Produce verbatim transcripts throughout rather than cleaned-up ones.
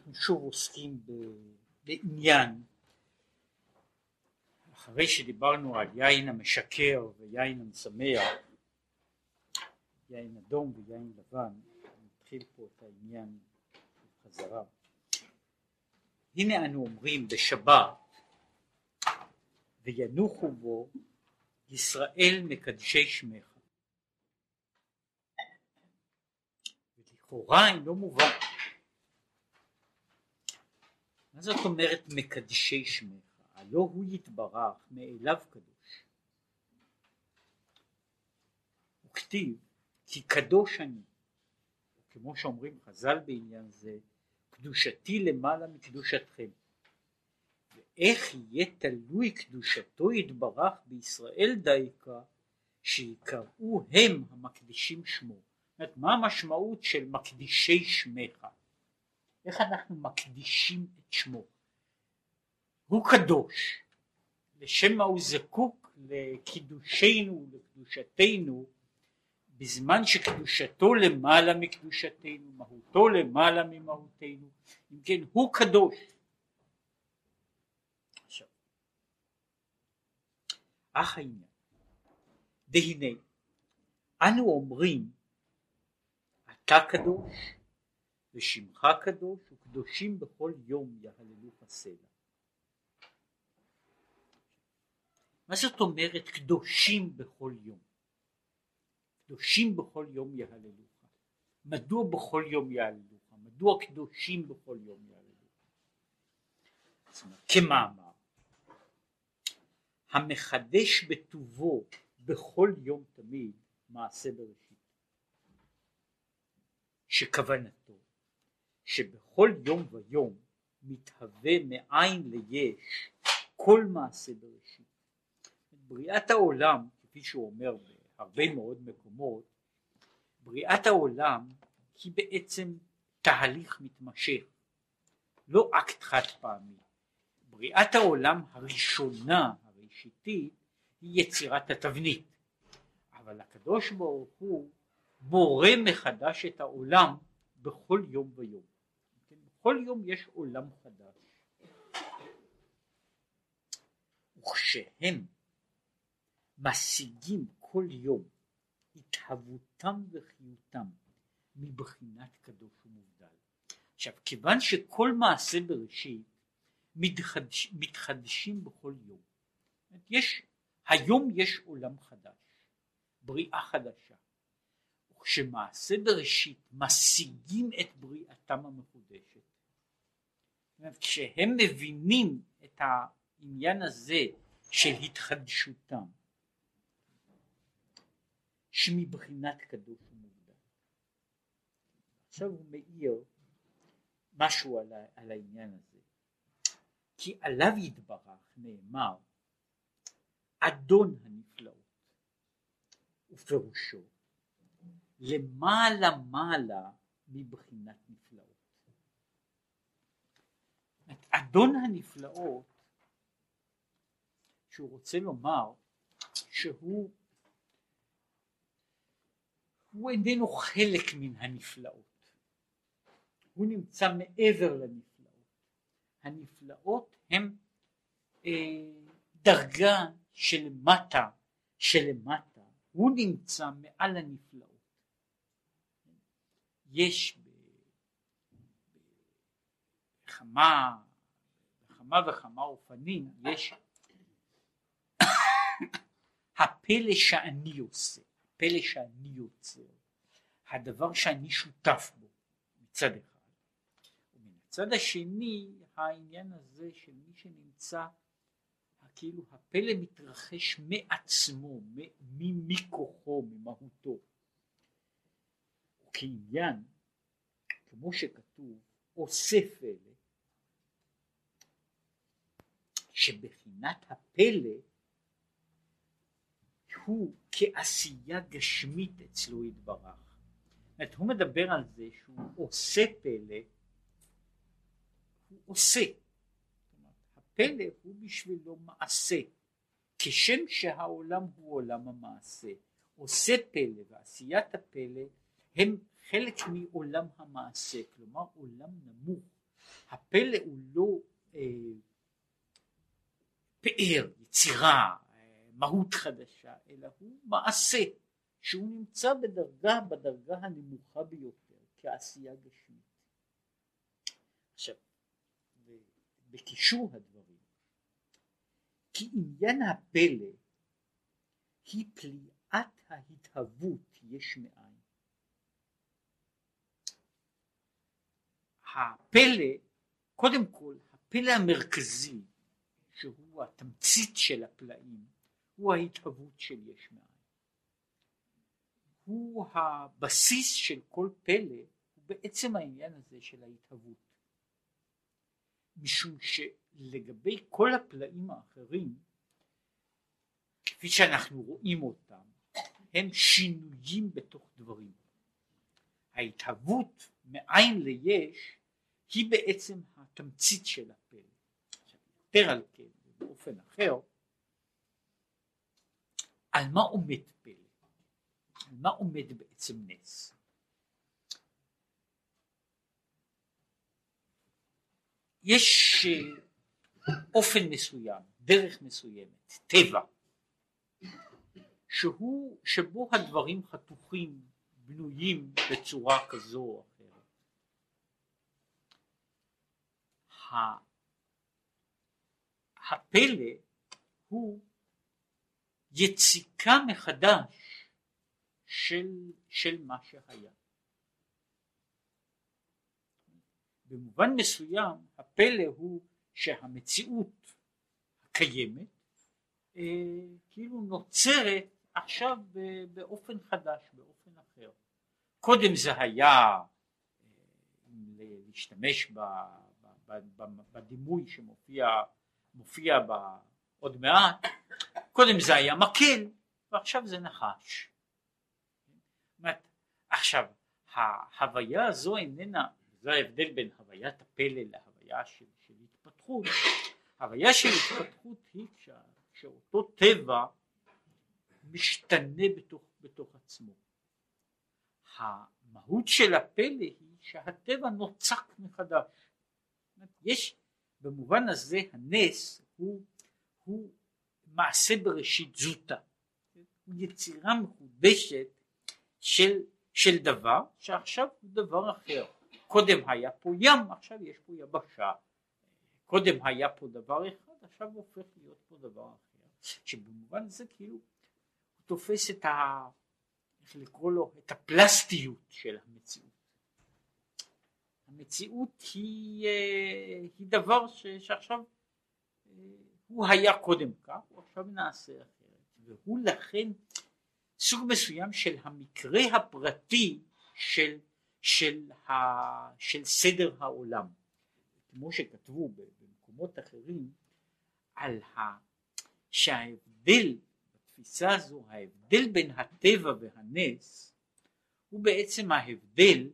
אנחנו שוב עוסקים בעניין, אחרי שדיברנו על יין המשקר ויין המשמח, יין אדום ויין לבן, נתחיל פה את העניין בחזרה. הנה אנו אומרים בשבת, וינוחו בו ישראל מקדשי שמך. ולכאורה אינו מובן. מה זאת אומרת מקדשי שמך? הלא הוא יתברך מאליו קדוש. הוא כתיב כי קדוש אני, כמו שאומרים חז"ל בעניין זה, קדושתי למעלה מקדושתכם. ואיך יהיה תלוי קדושתו יתברך בישראל דייקה שיקראו הם המקדישים שמו. זאת אומרת, מה המשמעות של מקדישי שמך? איך אנחנו מקדישים את שמו? הוא קדוש, לשם מה הוא זקוק לקידושנו, לקדושתנו, בזמן שקדושתו למעלה מקדושתנו, מהותו למעלה ממהותנו. אם כן, הוא קדוש. עכשיו, אך העניין, והנה, אנו אומרים, אתה קדוש, ושמך קדוש, וקדושים בכל יום יהללוך סלע. מה זאת אומרת קדושים בכל יום? קדושים בכל יום יהללוך. מדוע בכל יום יהללוך? מדוע קדושים בכל יום יהללוך? כמאמר, המחדש בטובו בכל יום תמיד מעשה בראשית, שכוונתו שבכל יום ויום מתהווה מאין ליש כל מעשה בראשית. בריאת העולם, כפי שהוא אומר בהרבה מאוד מקומות, בריאת העולם היא בעצם תהליך מתמשך, לא אקט חד פעמי. בריאת העולם הראשונה, הראשיתית, היא יצירת התבנית, אבל הקדוש ברוך הוא בורא מחדש את העולם בכל יום ויום. בכל יום יש עולם חדש, וכשהם משיגים כל יום התהוותם וחיותם מבחינת קדוש ומובדל. עכשיו, כיוון שכל מעשה בראשית מתחדש, מתחדשים בכל יום, יש, היום יש עולם חדש, בריאה חדשה, וכשמעשה בראשית משיגים את בריאתם המחודשת, כשהם מבינים את העניין הזה של התחדשותם, שמבחינת קדוש ומובדל. עכשיו הוא מאיר משהו על, על העניין הזה, כי עליו יתברך נאמר אדון הנפלאות, ופירושו למעלה מעלה מבחינת נפלאות. אדון הנפלאות, שהוא רוצה לומר שהוא הוא איננו חלק מן הנפלאות, הוא נמצא מעבר לנפלאות. הנפלאות הם אה, דרגה שלמטה שלמטה, הוא נמצא מעל הנפלאות. יש בכמה בכמה וכמה אופנים, יש הפלא שאני עושה, הפלא שאני יוצר, הדבר שאני שותף בו מצד אחד, ומן הצד השני העניין הזה של מי שנמצא, כאילו הפלא מתרחש מעצמו, מכוחו, ממהותו. וכעניין, כמו שכתוב, עושה פלא, שבחינת הפלא הוא כעשייה גשמית אצלו יתברך. זאת, הוא מדבר על זה שהוא עושה פלא, הוא עושה. הפלא הוא בשבילו מעשה, כשם שהעולם הוא עולם המעשה. עושה פלא ועשיית הפלא הם חלק מעולם המעשה, כלומר עולם נמוך הפלא הוא לא אה, פאר, יצירה, אה, מהות חדשה, אלא הוא מעשה שהוא נמצא בדרגה, בדרגה הנמוכה ביותר, כעשייה גשמית. עכשיו, בקישור הדברים, כי עניין הפלא היא פליאת ההתהוות יש מאין. הפלא, קודם כל, הפלא המרכזי, שהוא התמצית של הפלאים, הוא ההתהוות של יש מאין. הוא הבסיס של כל פלא, הוא בעצם העניין הזה של ההתהוות. משום שלגבי כל הפלאים האחרים, כפי שאנחנו רואים אותם, הם שינויים בתוך דברים. ההתהוות מאין ליש היא בעצם התמצית של הפלא. יותר על כן, באופן אחר, על מה עומד פלא? על מה עומד בעצם נס? יש אופן מסוים, דרך מסוימת, טבע, שהוא, שבו הדברים חתוכים, בנויים בצורה כזו או אחרת. הפלא הוא יציקה מחדש של, של מה שהיה. במובן מסוים הפלא הוא שהמציאות הקיימת אה, כאילו נוצרת עכשיו באופן חדש, באופן אחר. קודם זה היה, אה, להשתמש ב, ב, ב, ב, בדימוי שמופיע מופיע ב, עוד מעט, קודם זה היה מקל ועכשיו זה נחש. עכשיו ההוויה הזו איננה, זה ההבדל בין הוויית הפלא להוויה של, של התפתחות. הוויה של התפתחות היא שאותו טבע משתנה בתוך, בתוך עצמו. המהות של הפלא היא שהטבע נוצק מחדש. יש במובן הזה הנס הוא, הוא מעשה בראשית זוטה, הוא יצירה מחודשת של, של דבר שעכשיו הוא דבר אחר. קודם היה פה ים, עכשיו יש פה יבשה. קודם היה פה דבר אחד, עכשיו הוא הופך להיות פה דבר אחר. שבמובן הזה כאילו הוא תופס את ה... איך לקרוא לו? את הפלסטיות של המציאות. המציאות היא, היא דבר ש, שעכשיו הוא היה קודם כך, הוא עכשיו נעשה אחרת. והוא לכן סוג מסוים של המקרה הפרטי של, של, ה, של סדר העולם. כמו שכתבו במקומות אחרים, על ה, שההבדל, בתפיסה הזו, ההבדל בין הטבע והנס, הוא בעצם ההבדל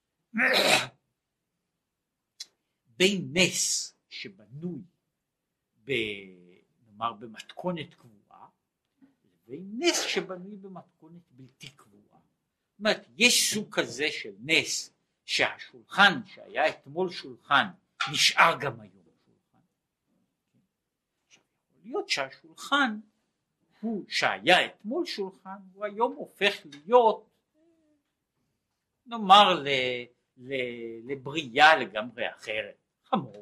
בין נס שבנוי ב, נאמר, במתכונת קבועה, לבין נס שבנוי במתכונת בלתי קבועה. זאת אומרת, יש סוג כזה של נס שהשולחן שהיה אתמול שולחן נשאר גם היום שולחן. יכול להיות שהשולחן הוא שהיה אתמול שולחן הוא היום הופך להיות, נאמר, ל, ל, לבריאה לגמרי אחרת, חמור.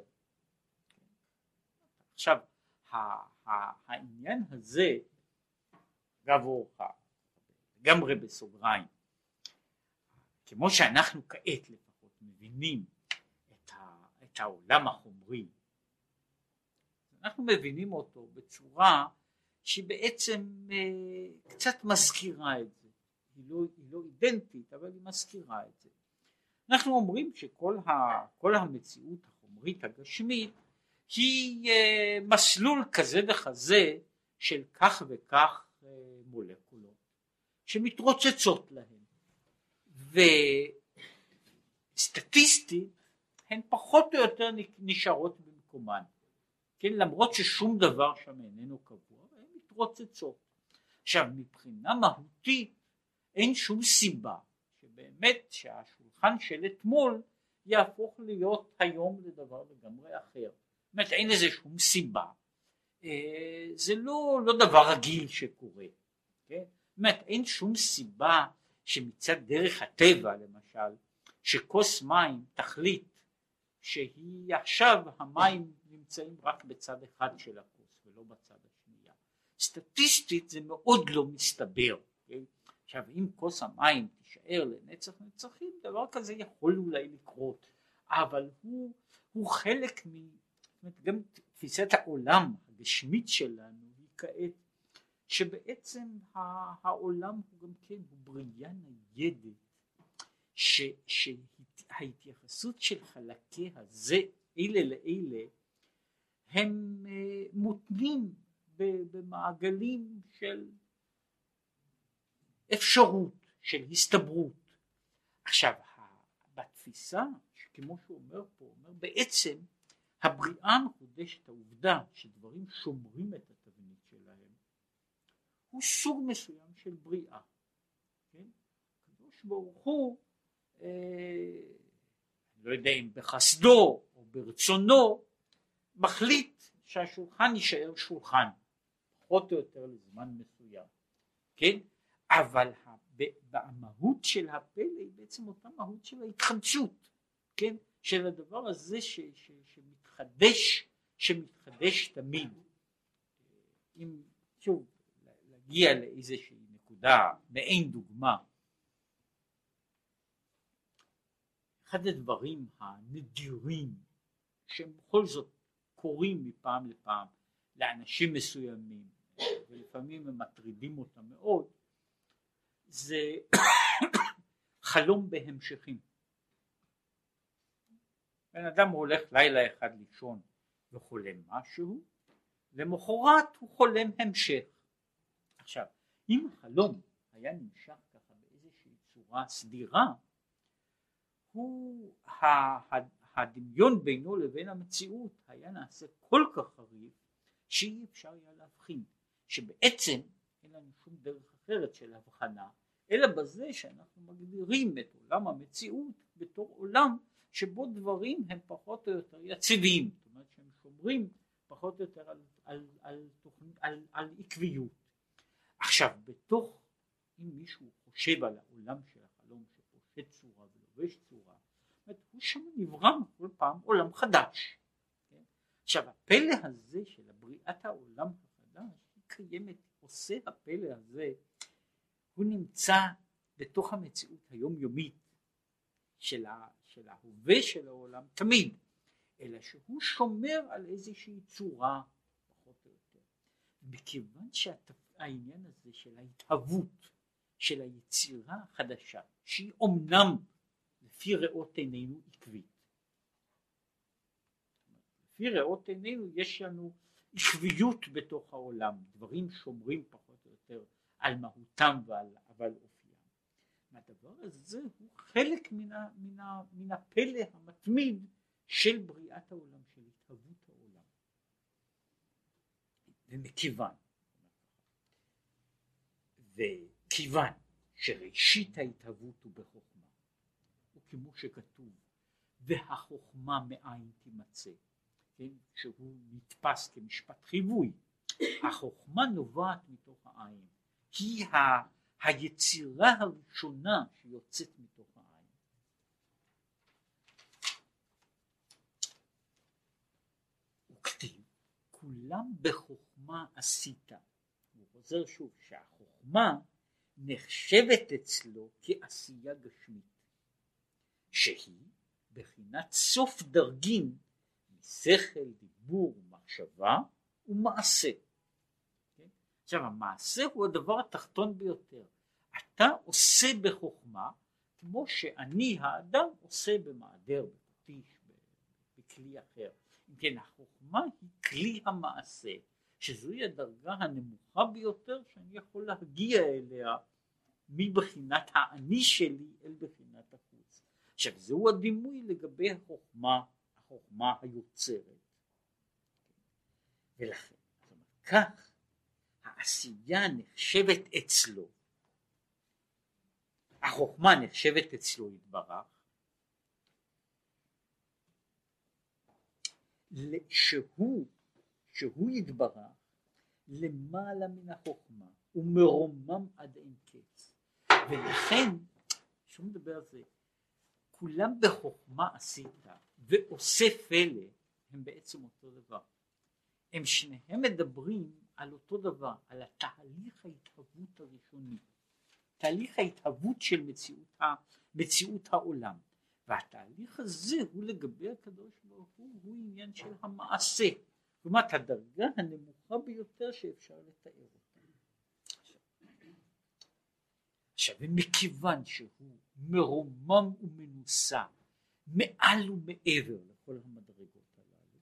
עכשיו העניין הזה אגב אורחה לגמרי בסוגריים, כמו שאנחנו כעת לפחות מבינים את, ה, את העולם החומרי, אנחנו מבינים אותו בצורה שבעצם אה, קצת מזכירה את זה. היא לא, היא לא אידנטית, אבל היא מזכירה את זה. אנחנו אומרים שכל ה, כל המציאות החומרית הגשמית היא אה, מסלול כזה וכזה של כך וכך אה, מולקולות שמתרוצצות להן, וסטטיסטית הן פחות או יותר נשארות במקומן, כן? למרות ששום דבר שם איננו קבוע, הן מתרוצצות. עכשיו מבחינה מהותית אין שום סיבה שבאמת שהשולחן של אתמול יהפוך להיות היום לדבר לגמרי אחר. זאת אומרת, אין לזה שום סיבה, זה לא, לא דבר רגיל שקורה, כן? זאת אומרת, אין שום סיבה שמצד דרך הטבע למשל, שכוס מים תחליט שהיא עכשיו המים נמצאים רק בצד אחד של הכוס ולא בצד השנייה. סטטיסטית זה מאוד לא מסתבר, כן? עכשיו אם כוס המים תישאר לנצח נצחים, דבר כזה יכול אולי לקרות, אבל הוא, הוא חלק מ... זאת אומרת, גם תפיסת העולם הגשמית שלנו היא כעת, שבעצם העולם הוא גם כן, הוא בריאה ניידת, ש, שההתייחסות של חלקי הזה, אלה לאלה, הם מותנים במעגלים של אפשרות, של הסתברות. עכשיו, בתפיסה, כמו שהוא אומר פה, אומר בעצם, הבריאה מחודשת, העובדה שדברים שומרים את התבנית שלהם, הוא סוג מסוים של בריאה. כן? הקדוש ברוך הוא, אה, לא יודע אם בחסדו או ברצונו, מחליט שהשולחן יישאר שולחן, פחות או יותר לזמן מסוים. כן? אבל במהות של הפלא היא בעצם אותה מהות של ההתחדשות, כן? של הדבר הזה ש, ש, שמתחדש, שמתחדש תמיד. אם שוב להגיע לאיזושהי נקודה, מעין דוגמה, אחד הדברים הנדירים שבכל זאת קורים מפעם לפעם לאנשים מסוימים, ולפעמים הם מטרידים אותם מאוד, זה חלום בהמשכים. בן אדם הולך לילה אחד לישון וחולם משהו, למחרת הוא חולם המשך. עכשיו, אם החלום היה נמשך ככה באיזושהי צורה סדירה, הוא, הדמיון בינו לבין המציאות היה נעשה כל כך חריף, שאי אפשר היה להבחין, שבעצם אין לנו שום דרך אחרת של הבחנה, אלא בזה שאנחנו מגדירים את עולם המציאות בתור עולם שבו דברים הם פחות או יותר יציבים, זאת אומרת שהם שומרים פחות או יותר על, על, על, על, על עקביות. עכשיו, בתוך, אם מישהו חושב על העולם של החלום שפושט צורה ולובש צורה, זאת אומרת, הוא שם נברא כל פעם עולם חדש. כן? עכשיו, הפלא הזה של בריאת העולם החדש, היא קיימת, עושה הפלא הזה, הוא נמצא בתוך המציאות היומיומית של, ה, של ההווה של העולם תמיד, אלא שהוא שומר על איזושהי צורה פחות או יותר. מכיוון שהעניין הזה של ההתהוות, של היצירה החדשה, שהיא אומנם לפי ראות עינינו עקבית. לפי ראות עינינו יש לנו עקביות בתוך העולם, דברים שומרים פחות או יותר על מהותם ועל אבל אופיים. הדבר הזה הוא חלק מן, ה, מן, ה, מן הפלא המתמיד של בריאת העולם, של התהוות העולם. ומכיוון, וכיוון שראשית ההתהוות הוא בחוכמה, וכמו שכתוב, והחוכמה מאין תימצא, כן? שהוא נתפס כמשפט חיווי, החוכמה נובעת מתוך העין, היא ה, היצירה הראשונה שיוצאת מתוך העין. וכתיב, כולם בחוכמה עשית. הוא חוזר שוב שהחוכמה נחשבת אצלו כעשייה גשמית, שהיא בחינת סוף דרגים משכל, דיבור, מחשבה ומעשה. כן? עכשיו המעשה הוא הדבר התחתון ביותר. אתה עושה בחוכמה כמו שאני האדם עושה במעדר, בפטיש, בכלי אחר. אם כן, החוכמה היא כלי המעשה, שזוהי הדרגה הנמוכה ביותר שאני יכול להגיע אליה מבחינת האני שלי אל בחינת החוץ. עכשיו זהו הדימוי לגבי החוכמה, החוכמה היוצרת. ולכן, זאת אומרת, כך העשייה נחשבת אצלו, החוכמה נחשבת אצלו יתברך, שהוא, שהוא יתברך למעלה מן החוכמה ומרומם עד אין קץ, ולכן שהוא מדבר על זה, כולם בחוכמה עשית ועושה פלא, הם בעצם אותו דבר, הם שניהם מדברים על אותו דבר, על התהליך ההתהוות הראשוני, תהליך ההתהוות של מציאות, מציאות העולם, והתהליך הזה הוא לגבי הקדוש ברוך הוא, הוא עניין של המעשה, כלומר הדרגה הנמוכה ביותר שאפשר לתאר אותה. עכשיו, ומכיוון שהוא מרומם ומנוסה מעל ומעבר לכל המדרגות הללו,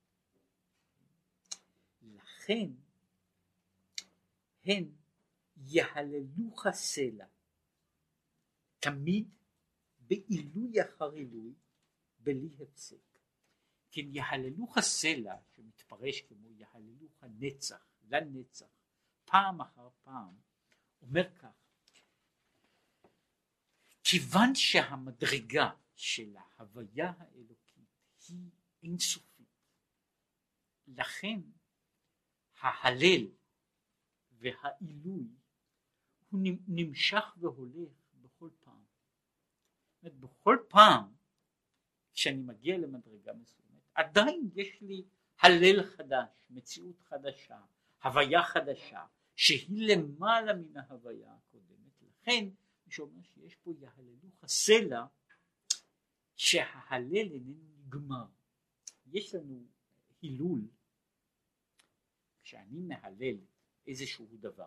לכן הן יהללוך סלע תמיד בעילוי אחר עילוי בלי הפסק. כן, יהללוך סלע שמתפרש כמו יהללוך נצח לנצח פעם אחר פעם, אומר כך, כיוון שהמדרגה של ההוויה האלוקית היא אינסופית, לכן ההלל והעילוי הוא נמשך והולך בכל פעם. זאת אומרת, בכל פעם כשאני מגיע למדרגה מסוימת, עדיין יש לי הלל חדש, מציאות חדשה, הוויה חדשה, שהיא למעלה מן ההוויה הקודמת. לכן מי שאומר שיש פה יהללוך סלע, שההלל איננו נגמר. יש לנו הילול כשאני מהלל איזשהו דבר,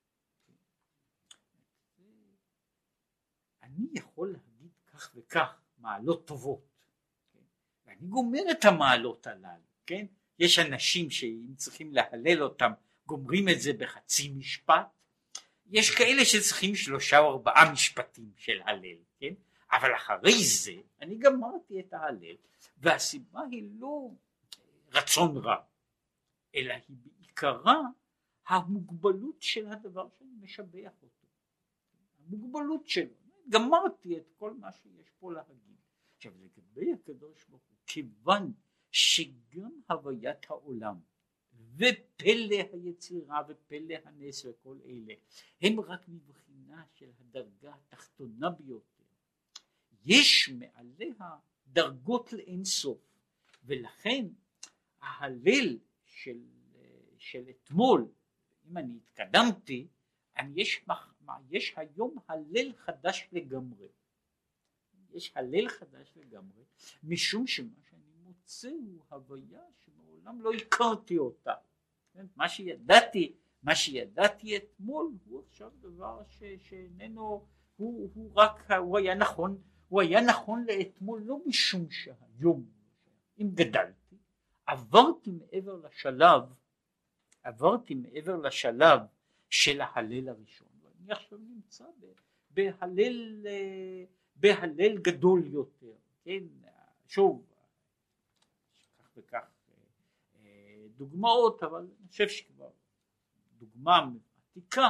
אני יכול להגיד כך וכך מעלות טובות, ואני גומר את המעלות הללו, כן? יש אנשים שאם צריכים להלל אותם גומרים את זה בחצי משפט, יש כאלה שצריכים שלושה או ארבעה משפטים של הלל, כן? אבל אחרי זה אני גמרתי את ההלל, והסיבה היא לא רצון רע, אלא היא בעיקרה המוגבלות של הדבר שאני משבח אותו, המוגבלות שלו, גמרתי את כל מה שיש פה להגיד. עכשיו לגבי הקדוש ברוך הוא, כיוון שגם הוויית העולם ופלא היצירה ופלא הנס וכל אלה הם רק מבחינה של הדרגה התחתונה ביותר, יש מעליה דרגות לאין סוף, ולכן ההלל של, של אתמול, אם אני התקדמתי, אני יש, יש היום הלל חדש לגמרי, יש הלל חדש לגמרי, משום שמה שאני מוצא הוא הוויה שמעולם לא הכרתי אותה. מה שידעתי, מה שידעתי אתמול הוא עכשיו דבר ש, שאיננו, הוא, הוא רק, הוא היה נכון, הוא היה נכון לאתמול, לא משום שהיום, אם גדלתי, עברתי מעבר לשלב, עברתי מעבר לשלב של ההלל הראשון, ואני עכשיו נמצא בהלל, בהלל גדול יותר, כן, שוב, כך וכך דוגמאות, אבל אני חושב שכבר דוגמה עתיקה,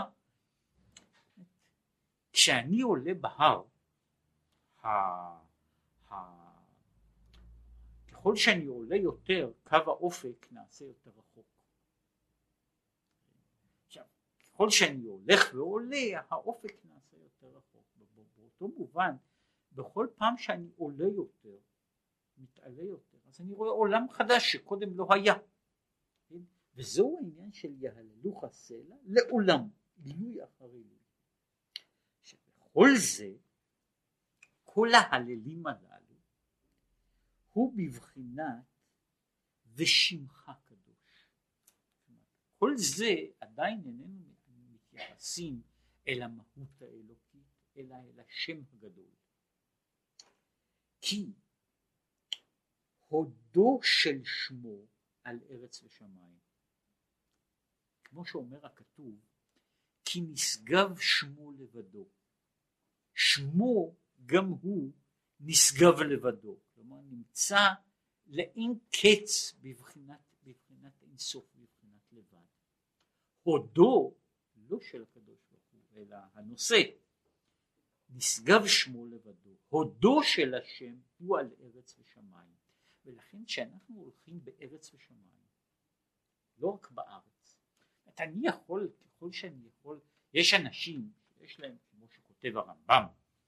כשאני עולה בהר, ככל שאני עולה יותר, קו האופק נעשה יותר רחוק. עכשיו, ככל שאני הולך ועולה, האופק נעשה יותר רחוק. באותו מובן, בכל פעם שאני עולה יותר, מתעלה יותר, אז אני רואה עולם חדש שקודם לא היה. וזהו העניין של יהללוך סלע לעולם, עילוי אחר עילוי. שבכל זה, כל ההללים הללו, הוא בבחינת ושמך קדוש. כל זה עדיין איננו מתייחסים אל המהות האלוקית, אלא אל השם הגדול. כי הודו של שמו על ארץ ושמיים. כמו שאומר הכתוב, כי נשגב שמו לבדו. שמו גם הוא נשגב לבדו. כלומר נמצא לאין קץ בבחינת, בבחינת אינסוף, בבחינת לבד. הודו, לא של הקדוש ברוך הוא, אלא הנושא, נשגב שמו לבדו. הודו של השם הוא על ארץ ושמיים. ולכן כשאנחנו הולכים בארץ ושמיים, לא רק בארץ, אני יכול, ככל שאני יכול, יש אנשים שיש להם, כמו שכותב הרמב"ם,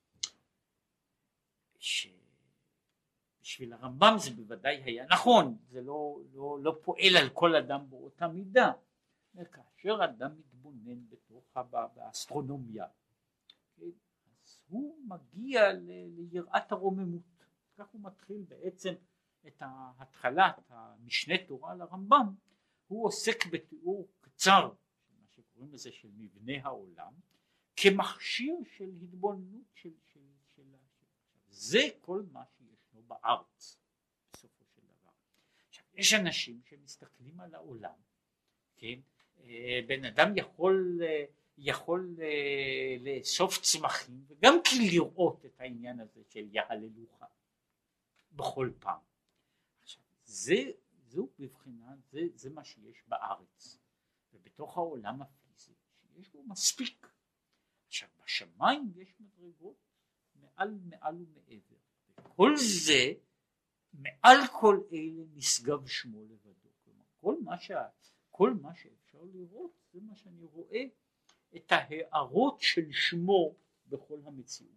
שבשביל הרמב"ם זה בוודאי היה נכון, זה לא, לא, לא פועל על כל אדם באותה מידה. כאשר אדם מתבונן בתוך באסטרונומיה, אז הוא מגיע ליראת הרוממות. כך הוא מתחיל בעצם את התחלת המשנה תורה לרמב"ם. הוא עוסק בתיאור קצר, מה שקוראים לזה, של מבנה העולם, כמכשיר של התבוננות של, של, של, של זה כל מה שישנו בארץ בסופו של דבר. עכשיו, יש אנשים שמסתכלים על העולם, כן? בן אדם יכול, יכול לאסוף צמחים וגם כי לראות את העניין הזה של יהללוך בכל פעם. עכשיו, זה, זו בבחינה, זה, זה מה שיש בארץ ובתוך העולם הפיזי שיש בו מספיק. עכשיו, בשמיים יש מדרגות מעל מעל ומעבר, וכל זה, מעל כל אלה נשגב שמו לבדו. כלומר, כל מה שה, כל מה שאפשר לראות זה מה שאני רואה, את ההערות של שמו בכל המציאות.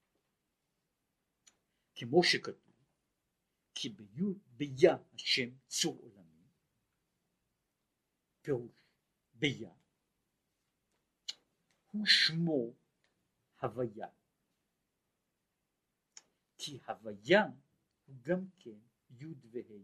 כמו שכתוב, כי ביה השם צור עולמי, פירוש ביה הוא שמו הוויה, כי הוויה הוא גם כן יוד והי,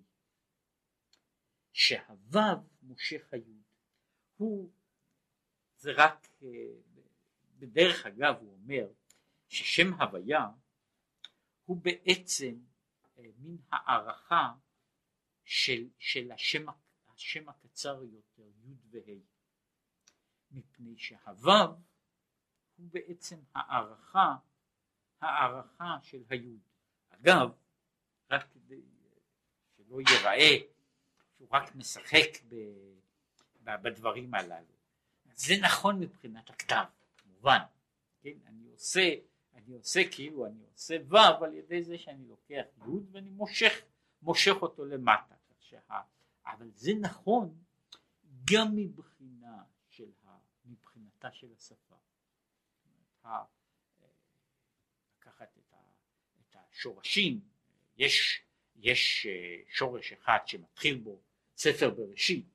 שהוו מושך היוד. הוא, זה רק בדרך אגב הוא אומר ששם הוויה הוא בעצם מין הערכה של, של השם, השם הקצר יותר, יוד והי, מפני שהוו הוא בעצם הערכה, הערכה של היוד. אגב, רק כדי שלא ייראה שהוא רק משחק ב, ב, בדברים הללו, זה נכון מבחינת הכתב, כמובן, כן? אני עושה, אני עושה כאילו אני עושה וו על ידי זה שאני לוקח יוד ואני מושך, מושך אותו למטה, שה, אבל זה נכון גם מבחינה של ה, מבחינתה של השפה. לקחת את, ה, את השורשים, יש, יש שורש אחד שמתחיל בו ספר בראשית,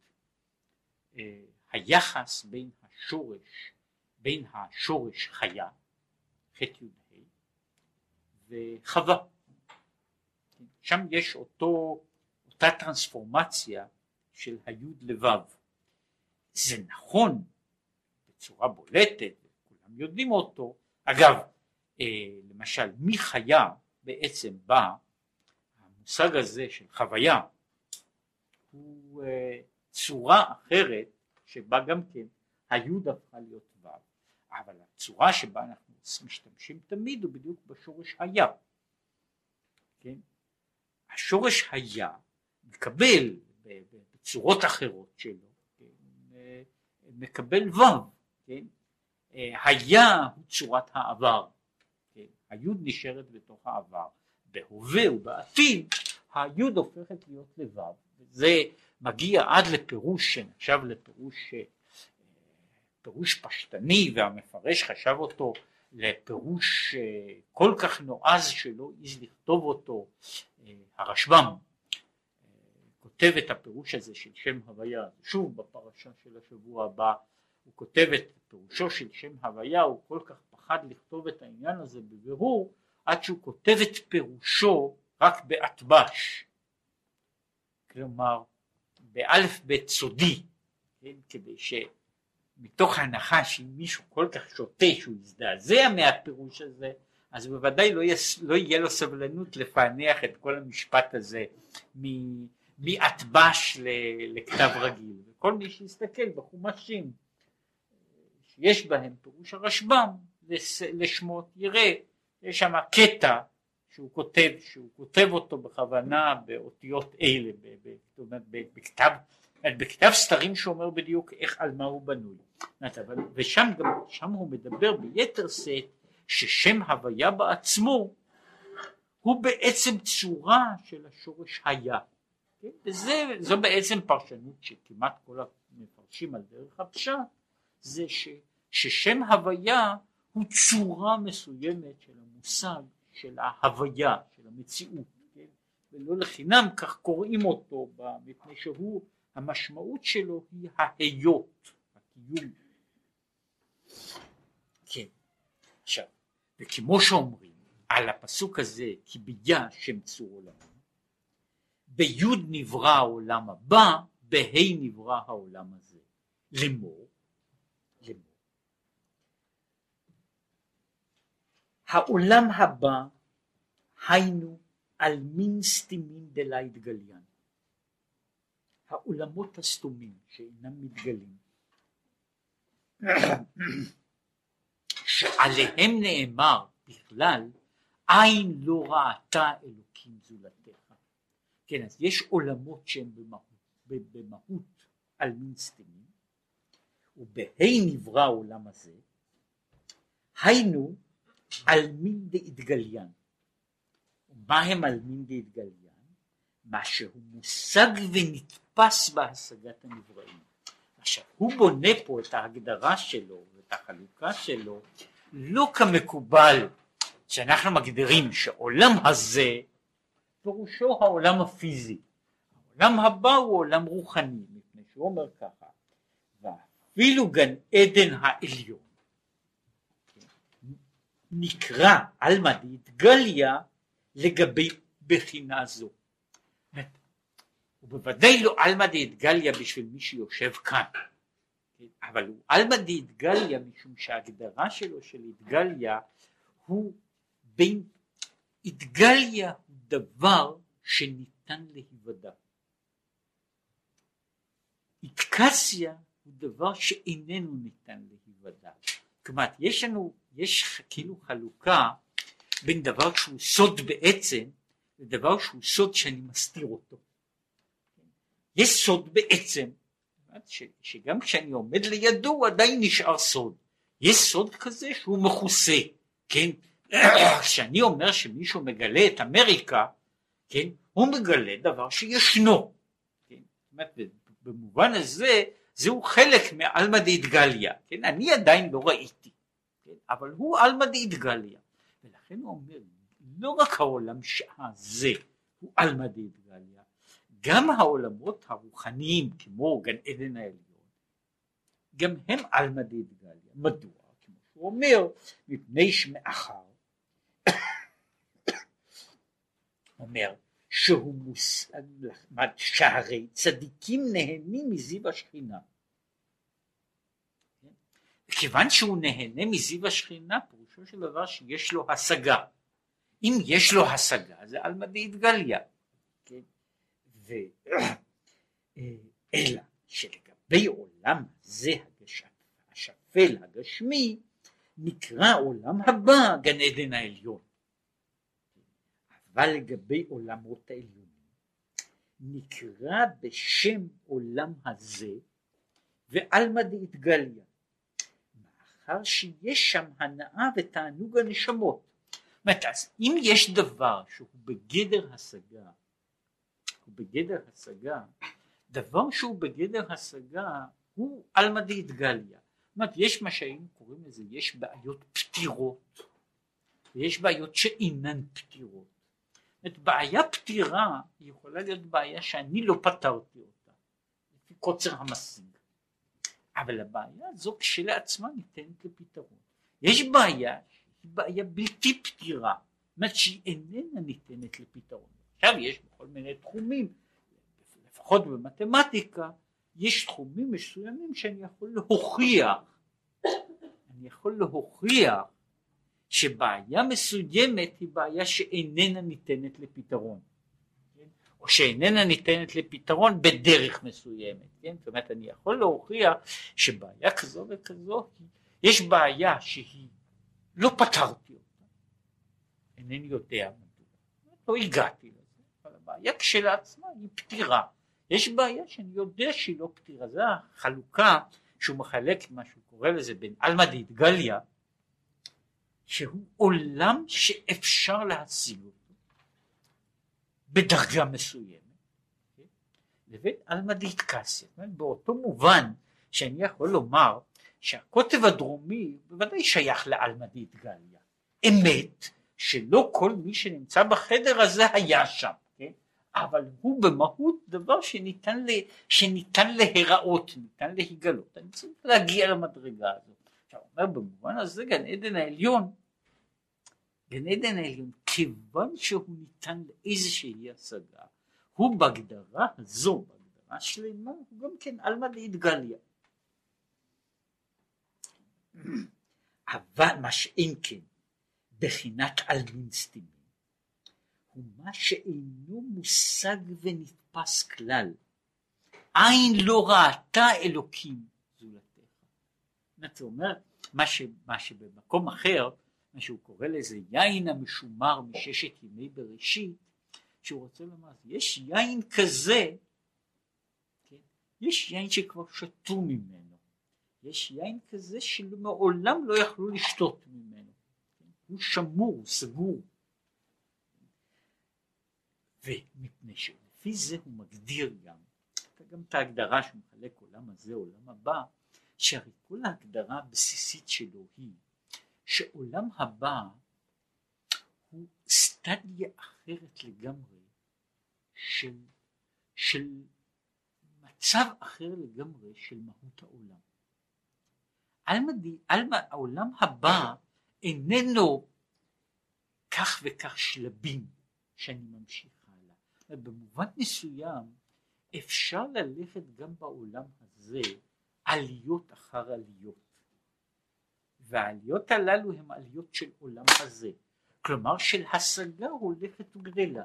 היחס בין השורש, בין השורש חיה, חטא יוד ה' וחווה. שם יש אותו, אותה טרנספורמציה של היוד לבב. זה נכון בצורה בולטת, כולם יודעים אותו. אגב, אה, למשל, מחיה בעצם בא המושג הזה של חוויה, הוא אה, צורה אחרת שבה גם כן היוד הפכה להיות וו, אבל הצורה שבה אנחנו משתמשים תמיד הוא בדיוק בשורש היה. כן? השורש היה מקבל בצורות אחרות שלו, כן? מקבל וו, כן? היה הוא צורת העבר, כן? היוד נשארת בתוך העבר, בהווה ובעתיד היוד הופכת להיות לבב, וזה מגיע עד לפירוש שנחשב לפירוש פירוש פשטני, והמפרש חשב אותו לפירוש כל כך נועז שלא איז לכתוב אותו. הרשב"ם כותב את הפירוש הזה של שם הוויה, שוב בפרשה של השבוע הבא הוא כותב את פירושו של שם הוויה, הוא כל כך פחד לכתוב את העניין הזה בבירור, עד שהוא כותב את פירושו רק באטבש, כלומר באלף בית סודי, כן? כדי שמתוך ההנחה שאם מישהו כל כך שוטה שהוא יזדעזע מהפירוש הזה, אז בוודאי לא, יס, לא יהיה לו סבלנות לפענח את כל המשפט הזה מאטבש לכתב רגיל. וכל מי שיסתכל בחומשים שיש בהם פירוש הרשב"ם לשמות יראה, יש שם קטע שהוא כותב, שהוא כותב אותו בכוונה באותיות אלה, בכתב, בכתב סתרים שאומר בדיוק איך, על מה הוא בנוי. ושם גם, שם הוא מדבר ביתר שאת ששם הוויה בעצמו הוא בעצם צורה של השורש היה. כן? וזה, זו בעצם פרשנות שכמעט כל המפרשים על דרך הפשט, זה ש, ששם הוויה הוא צורה מסוימת של המושג, של ההוויה, של המציאות. כן? ולא לחינם כך קוראים אותו, מפני שהוא, המשמעות שלו היא ההיות, הקיום. כן. עכשיו, וכמו שאומרים על הפסוק הזה, כי ביה שם צור עולם, ביוד נברא העולם הבא, בהי נברא העולם הזה. לאמור, לאמור. העולם הבא היינו על מין סתימין דלה התגליין. העולמות הסתומים שאינם מתגלים, שעליהם נאמר בכלל, עין לא ראתה אלוקים זולתך. כן, אז יש עולמות שהם במהות, במהות על מין סתימים, ובהי נברא העולם הזה, היינו על מין דהתגליין. ומה הם על מין דהתגליין? מה שהוא מושג ונתפס בהשגת הנבראים. עכשיו, הוא בונה פה את ההגדרה שלו ואת החלוקה שלו, לא כמקובל שאנחנו מגדירים שעולם הזה פירושו העולם הפיזי. העולם הבא הוא עולם רוחני, מפני שהוא אומר ככה, ואפילו גן עדן העליון נקרא עלמא דהתגליא לגבי בחינה זו. ובוודאי לא עלמא דהתגליא בשביל מי שיושב כאן, אבל הוא עלמא דהתגליא משום שההגדרה שלו של התגליא הוא בין התגליא הוא דבר שניתן להיוודע, התקסיה הוא דבר שאיננו ניתן להיוודע. כלומר יש לנו, יש כאילו חלוקה בין דבר שהוא סוד בעצם לדבר שהוא סוד שאני מסתיר אותו. יש סוד בעצם ש, שגם כשאני עומד לידו הוא עדיין נשאר סוד. יש סוד כזה שהוא מכוסה, כן? כשאני אומר שמישהו מגלה את אמריקה, כן? הוא מגלה דבר שישנו, כן? זאת אומרת, במובן הזה זהו חלק מעלמא דהתגליא, כן? אני עדיין לא ראיתי, כן? אבל הוא עלמא דהתגליא, ולכן הוא אומר לא רק העולם הזה הוא עלמא דהתגליא, גם העולמות הרוחניים כמו גן עדן העליון גם הם עלמא דהתגליא. מדוע? כמו שהוא אומר, מפני שמאחר אומר שהוא מושג, שהרי צדיקים נהנים מזיו השכינה. כיוון שהוא נהנה מזיו השכינה, פירושו של דבר שיש לו השגה. אם יש לו השגה זה עלמא דהתגליא. כן? ו... אלא שלגבי עולם זה השפל הגשמי נקרא עולם הבא גן עדן העליון, אבל לגבי עולמות העליונים נקרא בשם עולם הזה ועלמא דהתגליא, מאחר שיש שם הנאה ותענוג הנשמות. אז אם יש דבר שהוא בגדר השגה, הוא בגדר השגה, דבר שהוא בגדר השגה הוא עלמא דהתגליא. זאת אומרת, יש מה שהיינו קוראים לזה, יש בעיות פתירות ויש בעיות שאינן פתירות. זאת אומרת, בעיה פתירה היא יכולה להיות בעיה שאני לא פתרתי אותה לפי קוצר המשיג, אבל הבעיה הזו כשלעצמה ניתנת לפתרון. יש בעיה שהיא בעיה בלתי פתירה, זאת אומרת שהיא איננה ניתנת לפתרון. עכשיו יש בכל מיני תחומים, לפחות במתמטיקה, יש תחומים מסוימים שאני יכול להוכיח, אני יכול להוכיח שבעיה מסוימת היא בעיה שאיננה ניתנת לפתרון, כן? או שאיננה ניתנת לפתרון בדרך מסוימת, כן? זאת אומרת אני יכול להוכיח שבעיה כזו וכזו, יש בעיה שהיא לא פתרתי אותה, אינני יודע מדוע, לא הגעתי לזה, אבל הבעיה כשלעצמה היא פתירה. יש בעיה שאני יודע שהיא לא פתירה. זה החלוקה שהוא מחלק מה שהוא קורא לזה בין עלמא דהתגליא, שהוא עולם שאפשר להשיג אותו, בדרגה מסוימת, כן? לבין עלמא דאיטקסיה. באותו מובן שאני יכול לומר שהקוטב הדרומי בוודאי שייך לעלמא דאיטגליה. אמת שלא כל מי שנמצא בחדר הזה היה שם, כן? אבל הוא במהות דבר שניתן, ל, שניתן להיראות, ניתן להיגלות. אני צריך להגיע למדרגה הזאת. עכשיו אומר במובן הזה גן עדן העליון, גן עדן העליון כיוון שהוא ניתן לאיזושהי השגה, הוא בהגדרה הזו, בהגדרה שלמה, הוא גם כן עלמא דאיטגליה. אבל מה שאם כן בחינת עלמין סתימים הוא מה שאינו מושג ונתפס כלל, עין לא ראתה אלוקים זולתך. זאת אומרת, מה, ש, מה שבמקום אחר, מה שהוא קורא לזה יין המשומר מששת ימי בראשית, שהוא רוצה לומר, יש יין כזה, כן? יש יין שכבר שתו ממנו, יש יין כזה שמעולם לא יכלו לשתות ממנו, כן? הוא שמור, הוא סגור. ומפני שלפי זה הוא מגדיר גם, גם את ההגדרה שהוא מחלק עולם הזה, עולם הבא, שהרי כל ההגדרה הבסיסית שלו היא, שעולם הבא הוא סטדיה אחרת לגמרי, של, של מצב אחר לגמרי של מהות העולם. אלמדי, אלמה, העולם הבא איננו כך וכך שלבים שאני ממשיך הלאה. במובן מסוים אפשר ללכת גם בעולם הזה עליות אחר עליות. והעליות הללו הן עליות של עולם הזה. כלומר של השגה הולכת וגדלה.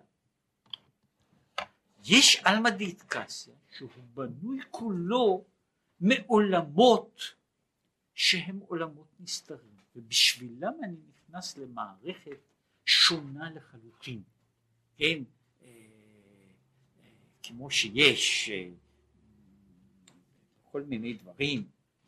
יש עלמא דאיטקסיה שהוא בנוי כולו מעולמות שהם עולמות נסתרים. ובשבילם אני נכנס למערכת שונה לחלוטין. כן, אה, אה, כמו שיש אה, כל מיני דברים,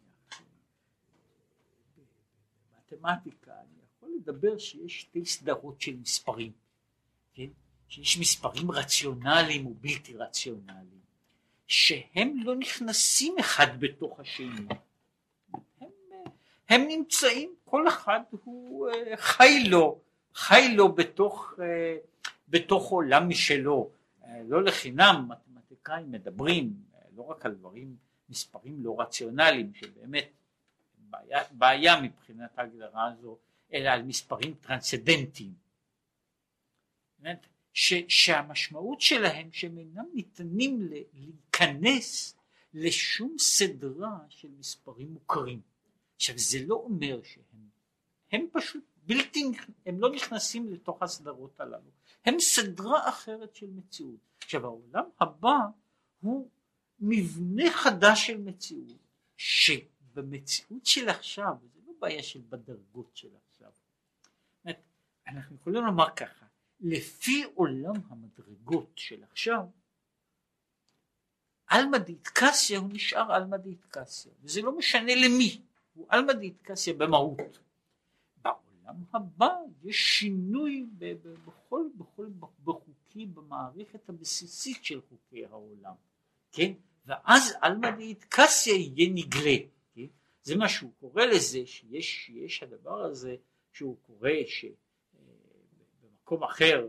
במתמטיקה אני יכול לדבר שיש שתי סדרות של מספרים, כן? שיש מספרים רציונליים ובלתי רציונליים, שהם לא נכנסים אחד בתוך השני. הם, הם נמצאים, כל אחד הוא חי לו, חי לו בתוך, בתוך עולם משלו. לא לחינם מתמטיקאים מדברים לא רק על דברים, מספרים לא רציונליים, שבאמת בעיה, בעיה מבחינת ההגדרה הזו, אלא על מספרים טרנסצנדנטיים. ש, שהמשמעות שלהם שהם אינם ניתנים להיכנס לשום סדרה של מספרים מוכרים. עכשיו זה לא אומר שהם, הם פשוט בלתי, הם לא נכנסים לתוך הסדרות הללו, הם סדרה אחרת של מציאות. עכשיו העולם הבא הוא מבנה חדש של מציאות, שבמציאות של עכשיו, זה לא בעיה של בדרגות של עכשיו. אנחנו יכולים לומר ככה, לפי עולם המדרגות של עכשיו, עלמא דאיטקסיה הוא נשאר עלמא דאיטקסיה, וזה לא משנה למי, הוא עלמא דאיטקסיה במהות. בעולם הבא יש שינוי בכל, בכל, בחוקי, במערכת הבסיסית של חוקי העולם, כן? ואז עלמא דאיטקסיה יהיה נגלה, כן? זה מה שהוא קורא לזה, שיש, שיש הדבר הזה שהוא קורא שבמקום אחר,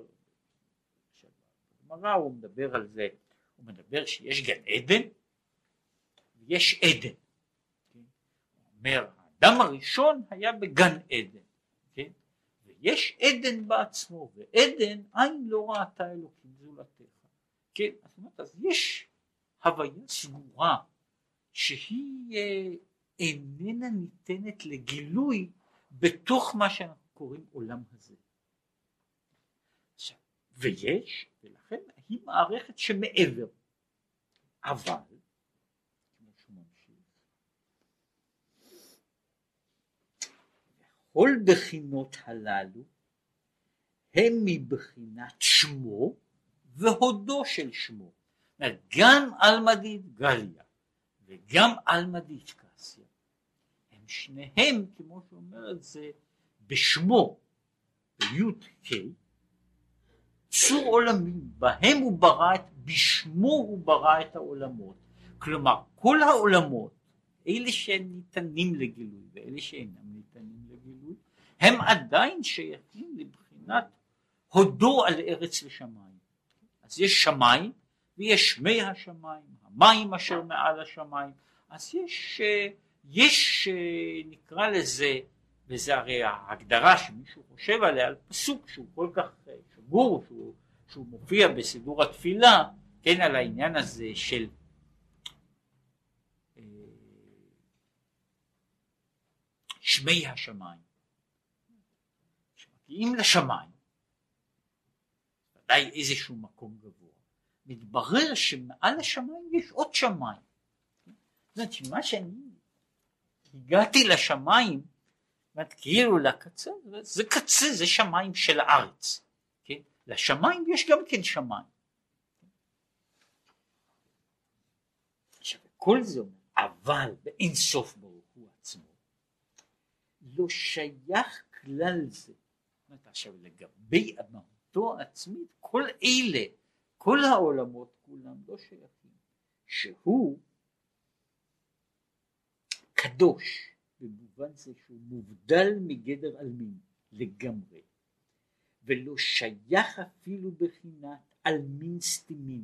בגמרא הוא מדבר על זה, הוא מדבר שיש גן עדן ויש עדן, כן? הוא אומר האדם הראשון היה בגן עדן, כן? ויש עדן בעצמו, ועדן עין לא ראתה אלוקים זולתך, כן? זאת אומרת, אז יש הוויה סגורה שהיא איננה ניתנת לגילוי בתוך מה שאנחנו קוראים עולם הזה. עכשיו, ויש, ולכן היא מערכת שמעבר, אבל כמו שהוא ממשיך, כל בחינות הללו הם מבחינת שמו והודו של שמו. גם עלמא דאיטגליה וגם עלמא דאיטקסיה הם שניהם, כמו שאומר את זה, בשמו בי"ק יצור עולמים, בהם הוא ברא את, בשמו הוא ברא את העולמות. כלומר, כל העולמות, אלה שניתנים לגילוי ואלה שאינם ניתנים לגילוי, הם עדיין שייכים לבחינת הודו על ארץ ושמיים. אז יש שמיים ויש מי השמיים, המים אשר מעל השמיים, אז יש, יש נקרא לזה, וזה הרי ההגדרה שמישהו חושב עליה, על פסוק שהוא כל כך שגור, שהוא, שהוא מופיע בסידור התפילה, כן, על העניין הזה של שמי השמיים. אם לשמיים, ודאי איזשהו מקום גבוה, מתברר שמעל השמיים יש עוד שמיים. זאת אומרת שמה שאני הגעתי לשמיים, זאת כאילו לקצה, זה קצה, זה שמיים של הארץ. כן? לשמיים יש גם כן שמיים. עכשיו, כל זה אומר, אבל באין סוף ברוך הוא עצמו, לא שייך כלל זה. זאת אומרת, עכשיו לגבי מהותו העצמית, כל אלה, כל העולמות כולם לא שייכים, שהוא קדוש, במובן זה שהוא מובדל מגדר עלמין לגמרי, ולא שייך אפילו בחינת עלמין סתימין.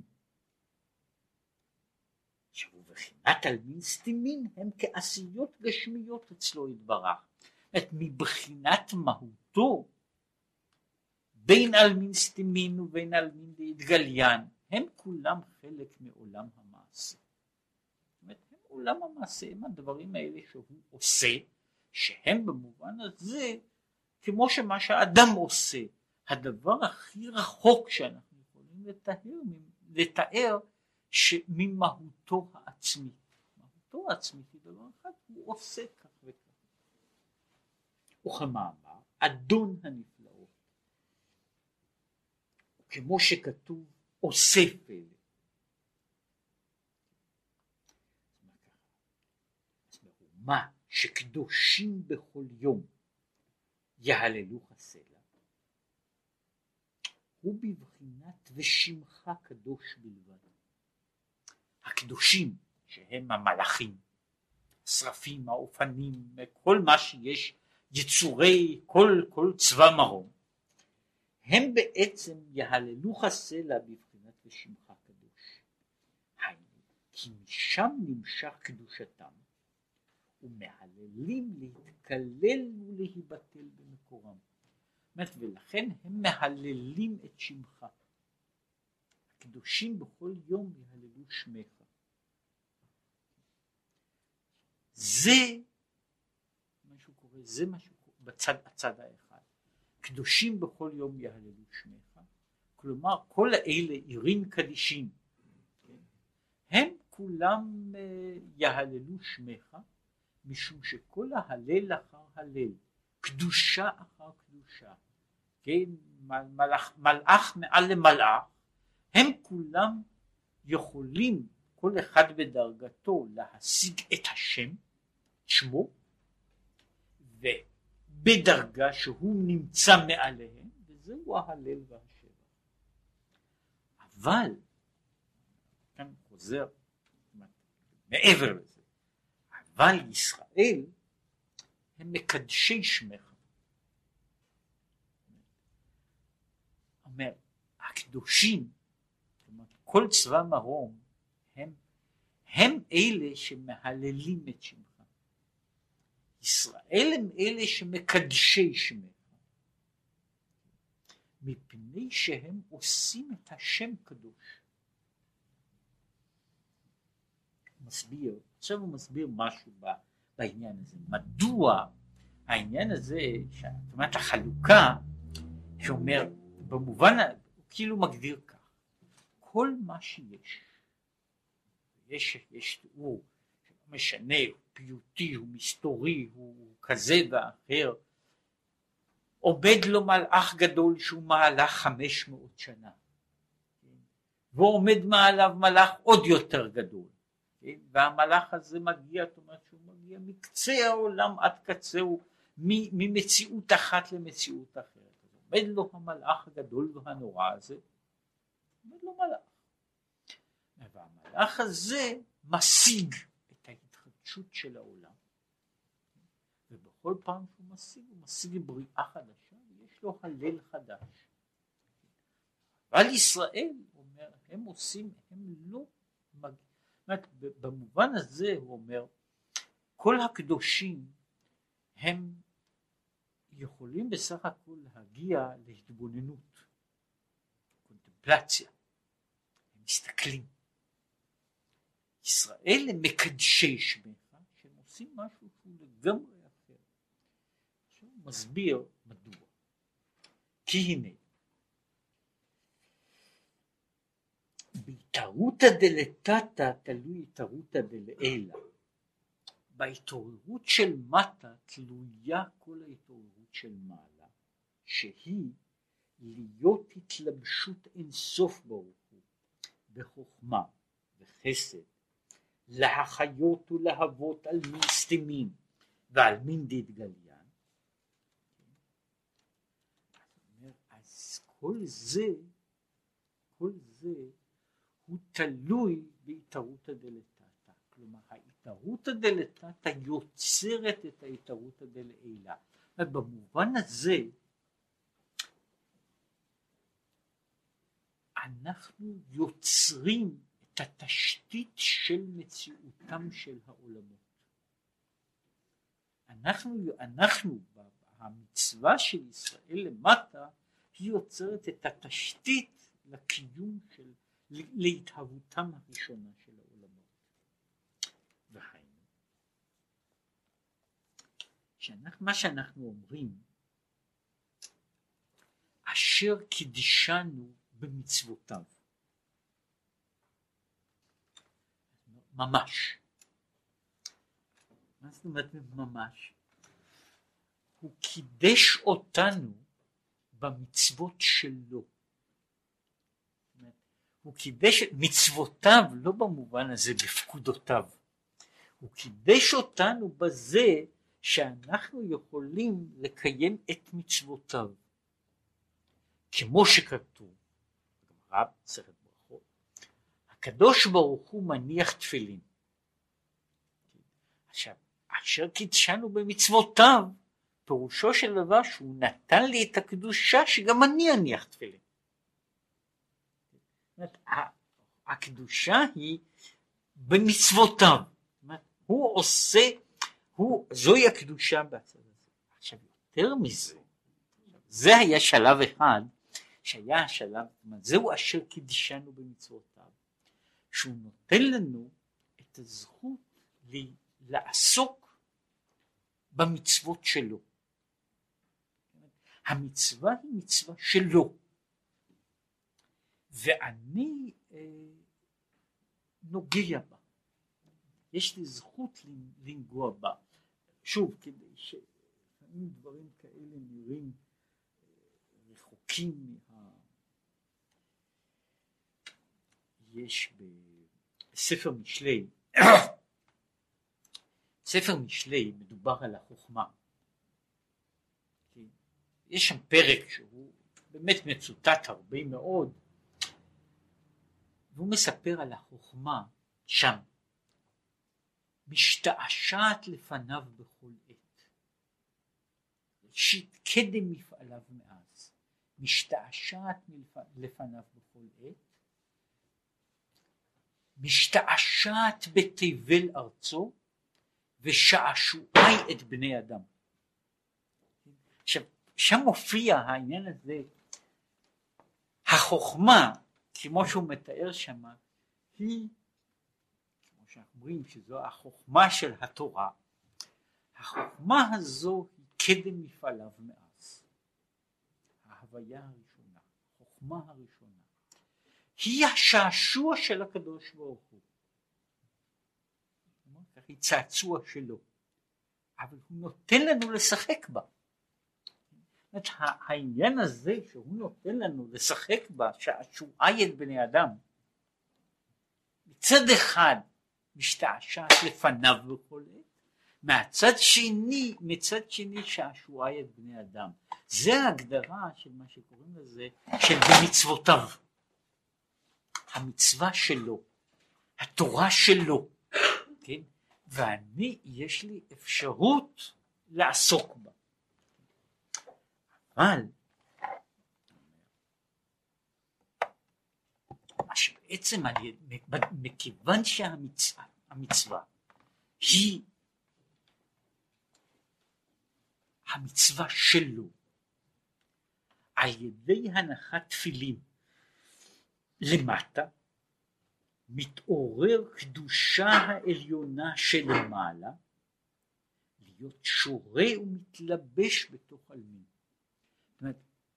עכשיו, בחינת עלמין סתימין הם כעשיות גשמיות אצלו יתברך. זאת מבחינת מהותו, בין עלמין סתימין ובין עלמין להתגליין, הם כולם חלק מעולם המעשה. זאת אומרת, הם עולם המעשה, הם הדברים האלה שהוא עושה, שהם במובן הזה, כמו שמה שהאדם עושה, הדבר הכי רחוק שאנחנו יכולים לתאר, לתאר ממהותו העצמית. מהותו העצמית היא דבר אחד, הוא עושה כך וכך. וכמאמר, אדון הנפלאות, כמו שכתוב, עושה פלא. מה שקדושים בכל יום יהללו הסלע, הוא בבחינת ושמך קדוש בלבד. הקדושים שהם המלאכים, השרפים, האופנים, כל מה שיש, יצורי כל, כל צבא מרום, הם בעצם יהללו הסלע בבחינת ושמך קדוש. היינו, כי משם נמשך קדושתם, ומהללים להתקלל ולהיבטל במקורם. ולכן הם מהללים את שמך. הקדושים בכל יום יהללו שמך. זה משהו קורה, זה משהו קורה בצד הצד האחד. קדושים בכל יום יהללו שמך, כלומר כל האלה עירים קדישים, הם כולם יהללו שמך, משום שכל ההלל אחר הלל, קדושה אחר קדושה, כן, מלאך, מלאך מעל למלאך, הם כולם יכולים, כל אחד בדרגתו, להשיג את השם, שמו, ובדרגה שהוא נמצא מעליהם, וזהו ההלל והשבח. אבל, כאן חוזר, מעבר לזה, אבל ישראל הם מקדשי שמך. אומר, הקדושים, כל צבא מרום, הם, הם אלה שמהללים את שמך. ישראל הם אלה שמקדשי שמך. מפני שהם עושים את השם קדוש. מסביר, עכשיו הוא מסביר משהו בעניין הזה. מדוע העניין הזה, זאת אומרת החלוקה, שאומר, במובן, הוא כאילו מגדיר כך, כל מה שיש, יש, יש תיאור, שלא משנה, הוא פיוטי, הוא מסתורי, הוא כזה ואחר, עובד לו מלאך גדול שהוא מעלה חמש מאות שנה, ועומד מעליו מלאך עוד יותר גדול, והמלאך הזה מגיע, זאת אומרת שהוא מגיע מקצה העולם עד קצהו, ממציאות אחת למציאות אחרת. עומד לו המלאך הגדול והנורא הזה, עומד לו מלאך. והמלאך הזה משיג את ההתחדשות של העולם. ובכל פעם שהוא משיג, הוא משיג בריאה חדשה, ויש לו הלל חדש. אבל ישראל, אומר, הם עושים, הם לא מגיעים. במובן הזה הוא אומר, כל הקדושים הם יכולים בסך הכל להגיע להתבוננות, קונטמפלציה, הם מסתכלים. ישראל הם מקדשי שמך, שהם עושים משהו שהוא לגמרי אחר. עכשיו הוא מסביר מדוע. כי הנה, בהתערותא דלתתא תלוי התערותא דלעילא. בהתעוררות של מטה תלויה כל ההתעוררות של מעלה, שהיא להיות התלבשות אינסוף ברוך הוא, בחוכמה וחסד, להחיות ולהוות על מין סתימים ועל מין דתגליין. אז כל זה, כל זה הוא תלוי בהתערותא דלתתא. כלומר, ההתערותא דלתתא יוצרת את ההתערותא דלעילא. במובן הזה, אנחנו יוצרים את התשתית של מציאותם של העולמות. אנחנו, אנחנו, המצווה של ישראל למטה, היא יוצרת את התשתית לקיום של, להתהוותם הראשונה של העולמות. והיינו, שאנחנו, מה שאנחנו אומרים, אשר קידשנו במצוותיו. ממש. מה זאת אומרת ממש? הוא קידש אותנו במצוות שלו. הוא קידש את מצוותיו לא במובן הזה בפקודותיו. הוא קידש אותנו בזה שאנחנו יכולים לקיים את מצוותיו. כמו שכתוב, בגמרא במסכת ברכות, הקדוש ברוך הוא מניח תפילין. עכשיו, אשר קידשנו במצוותיו, פירושו של דבר שהוא נתן לי את הקדושה שגם אני אניח תפילין. הקדושה היא במצוותיו. הוא עושה, הוא, זוהי הקדושה בצד הזה. עכשיו, יותר מזה, זה היה שלב אחד, שהיה השלב, זהו אשר קידשנו במצוותיו, שהוא נותן לנו את הזכות לעסוק במצוות שלו. המצווה היא מצווה שלו, ואני אה, נוגע בה, יש לי זכות לנגוע בה. שוב, כדי שפעמים דברים כאלה נראים רחוקים מה... יש בספר משלי, ספר משלי מדובר על החוכמה. יש שם פרק שהוא באמת מצוטט הרבה מאוד, והוא מספר על החוכמה שם, משתעשעת לפניו בכל עת, ראשית קדם מפעליו מאז, משתעשעת לפניו בכל עת, משתעשעת בתבל ארצו, ושעשועי את בני אדם. עכשיו, שם מופיע העניין הזה, החוכמה, כמו שהוא מתאר שם, היא, כמו שאנחנו אומרים, שזו החוכמה של התורה, החוכמה הזו היא קדם מפעליו מאז. ההוויה הראשונה, החוכמה הראשונה, היא השעשוע של הקדוש ברוך הוא. היא צעצוע שלו, אבל הוא נותן לנו לשחק בה. העניין הזה שהוא נותן לנו לשחק בה, שעשועי את בני אדם, מצד אחד משתעשעת לפניו בכל עת, מהצד שני, מצד שני שעשועי את בני אדם. זה ההגדרה של מה שקוראים לזה, של במצוותיו. המצווה שלו, התורה שלו, כן? ואני, יש לי אפשרות לעסוק בה. אבל, מה שבעצם, מכיוון שהמצווה, המצווה, היא המצווה שלו, על ידי הנחת תפילין למטה, מתעורר קדושה העליונה שלמעלה, להיות שורה ומתלבש בתוך עלמין. זאת אומרת,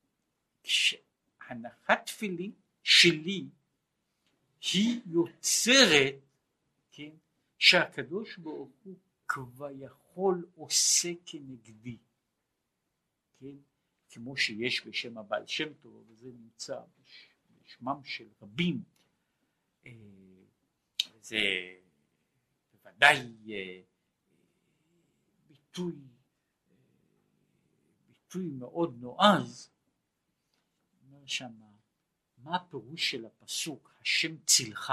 הנחת תפילין שלי, היא יוצרת, כן, שהקדוש ברוך הוא כביכול עושה כנגדי, כן, כמו שיש בשם הבעל שם טוב, וזה נמצא בשמם של רבים, זה בוודאי ביטוי, ביטוי מאוד נועז. אומר שמה, מה הפירוש של הפסוק, השם צילך?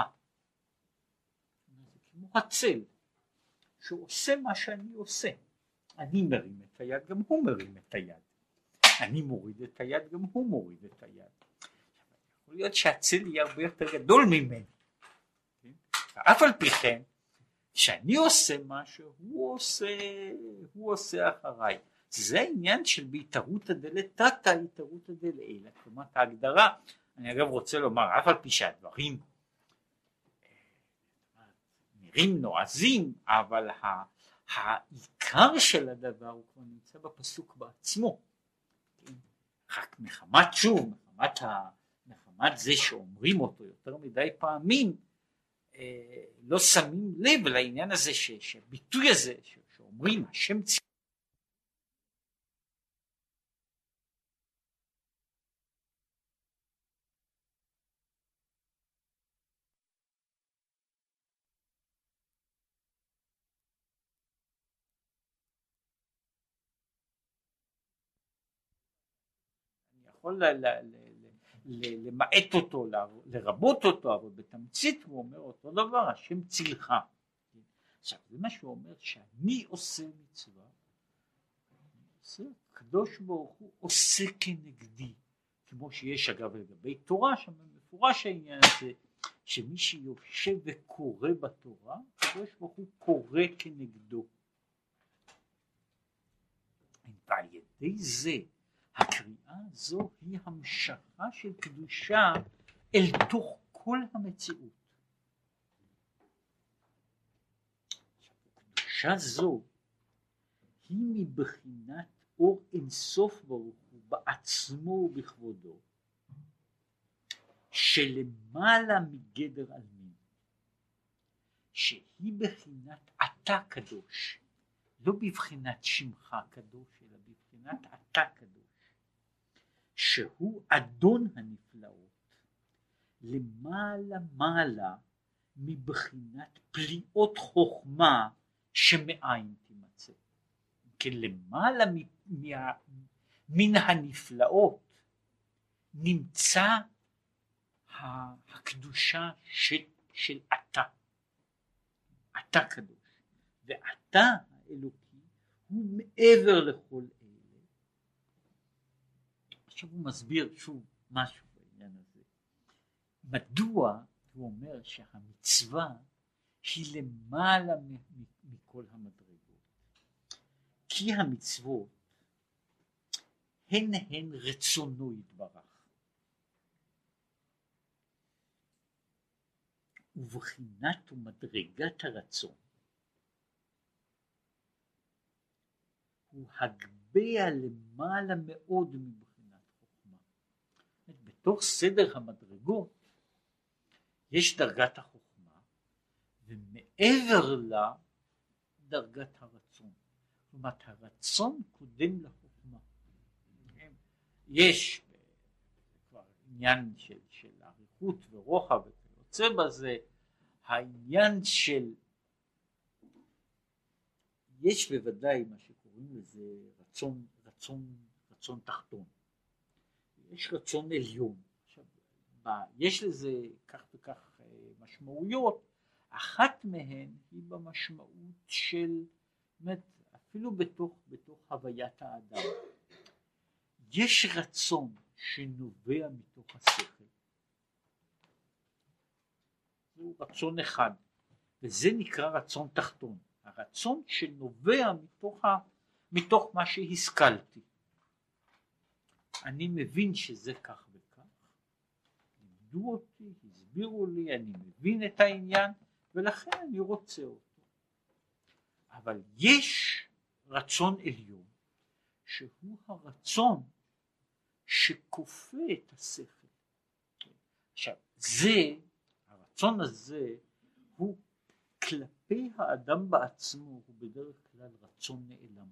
זה כמו הצל, שהוא עושה מה שאני עושה. אני מרים את היד, גם הוא מרים את היד. אני מוריד את היד, גם הוא מוריד את היד. יכול להיות שהצל יהיה הרבה יותר גדול ממני. ואף על פי כן, כשאני עושה משהו, הוא עושה, הוא עושה אחריי. זה העניין של בהתערותא דלתתא, התערותא דלעילא. כלומר, ההגדרה, אני אגב רוצה לומר, אף על פי שהדברים נראים נועזים, אבל העיקר של הדבר הוא כבר נמצא בפסוק בעצמו. רק מחמת שוב, מחמת, ה, מחמת זה שאומרים אותו יותר מדי פעמים, אה, לא שמים לב לעניין הזה, ש, שהביטוי הזה, ש, שאומרים השם צילך, יכול ל- ל- ל- ל- למעט אותו, לרבות אותו, אבל בתמצית הוא אומר אותו דבר, השם צילך. עכשיו זה מה שהוא אומר, שאני עושה מצווה, הקדוש ברוך הוא עושה כנגדי, כמו שיש אגב לגבי תורה, שם מפורש העניין הזה, שמי שיושב וקורא בתורה, הקדוש ברוך הוא קורא כנגדו. ועל ידי זה, הקריאה הזו היא המשכה של קדושה אל תוך כל המציאות. קדושה זו היא מבחינת אור אינסוף ברוך הוא בעצמו ובכבודו, שלמעלה מגדר עלמין, שהיא בחינת אתה קדוש, לא בבחינת שמך קדוש, אלא בבחינת אתה קדוש, שהוא אדון הנפלאות, למעלה מעלה מבחינת פליאות חוכמה שמאין תימצא. כן, למעלה מן הנפלאות נמצא הקדושה של, של אתה, אתה קדוש, ואתה האלוקי הוא מעבר לכל אלה. עכשיו הוא מסביר שוב משהו בעניין הזה. מדוע הוא אומר שהמצווה היא למעלה מכל המדרגות? כי המצוות הן הן רצונו יתברך, ובחינת ומדרגת הרצון הוא הגביה למעלה מאוד מבחינת חוכמה. בתוך סדר המדרגות יש דרגת החוכמה, ומעבר לה דרגת הרצון. כלומר, הרצון קודם לחוכמה. יש כבר עניין של, של אריכות ורוחב וכיוצא בזה, העניין של יש בוודאי מה שקוראים לזה רצון, רצון, רצון תחתון. יש רצון עליון. עכשיו, יש לזה כך וכך משמעויות, אחת מהן היא במשמעות של, באמת, אפילו בתוך, בתוך הוויית האדם. יש רצון שנובע מתוך השכל. זהו רצון אחד, וזה נקרא רצון תחתון. הרצון שנובע מתוך, ה, מתוך מה שהשכלתי. אני מבין שזה כך וכך, לימדו אותי, הסבירו לי, אני מבין את העניין, ולכן אני רוצה אותו. אבל יש רצון עליון, שהוא הרצון שכופה את השכל. עכשיו, זה, הרצון הזה, הוא כלפי האדם בעצמו, הוא בדרך כלל רצון נעלם.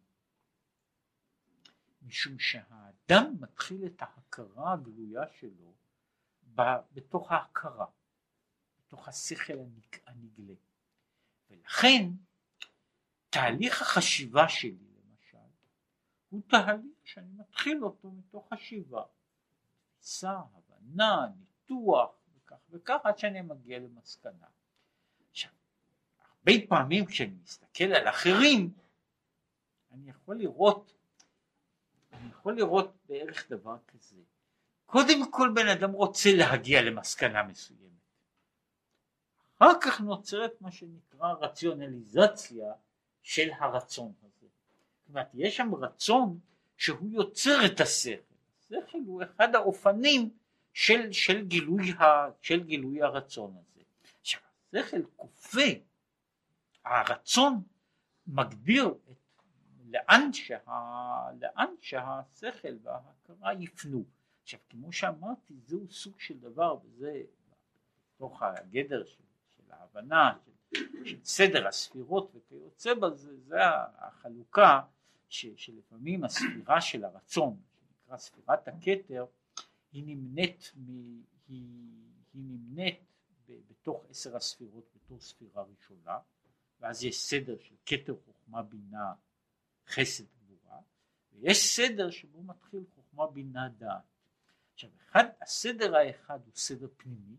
משום שהאדם מתחיל את ההכרה הגלויה שלו בתוך ההכרה, בתוך השכל הנגלה. ולכן תהליך החשיבה שלי למשל הוא תהליך שאני מתחיל אותו מתוך חשיבה, תפיסה, הבנה, ניתוח וכך וכך עד שאני מגיע למסקנה. עכשיו, הרבה פעמים כשאני מסתכל על אחרים אני יכול לראות אני יכול לראות בערך דבר כזה. קודם כל בן אדם רוצה להגיע למסקנה מסוימת. אחר כך נוצרת מה שנקרא רציונליזציה של הרצון הזה. זאת אומרת, יש שם רצון שהוא יוצר את השכל. השכל הוא אחד האופנים של, של, גילוי, ה, של גילוי הרצון הזה. עכשיו, השכל כופה, הרצון מגדיר את לאן, שה, לאן שהשכל וההכרה יפנו. עכשיו, כמו שאמרתי, זהו סוג של דבר, וזה בתוך הגדר של, של ההבנה, של, של סדר הספירות וכיוצא בזה, זה החלוקה ש, שלפעמים הספירה של הרצון, שנקרא ספירת הכתר, היא נמנית, מ, היא, היא נמנית ב, בתוך עשר הספירות, בתוך ספירה ראשונה, ואז יש סדר של כתר חוכמה בינה, חסד גבורה, ויש סדר שבו מתחיל חוכמה בינה דעת. עכשיו, אחד, הסדר האחד הוא סדר פנימי,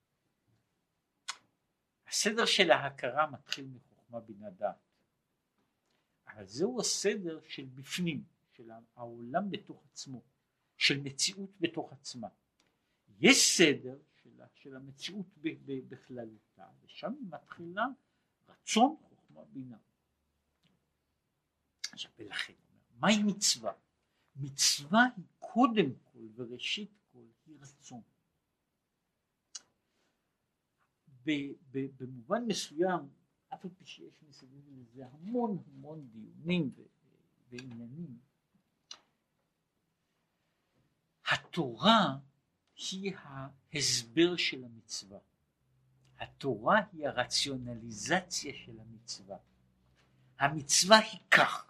הסדר של ההכרה מתחיל מחוכמה בינה דעת, אבל זהו הסדר של בפנים, של העולם בתוך עצמו, של מציאות בתוך עצמה. יש סדר של, של המציאות בכללותה, ושם מתחילה רצון חוכמה בינה. עכשיו, ולכן, מהי מצווה? מצווה היא קודם כל וראשית כל היא רצון. במובן מסוים, אף על פי שיש מסביב לזה המון המון דיונים ועניינים, התורה היא ההסבר של המצווה. התורה היא הרציונליזציה של המצווה. המצווה היא כך.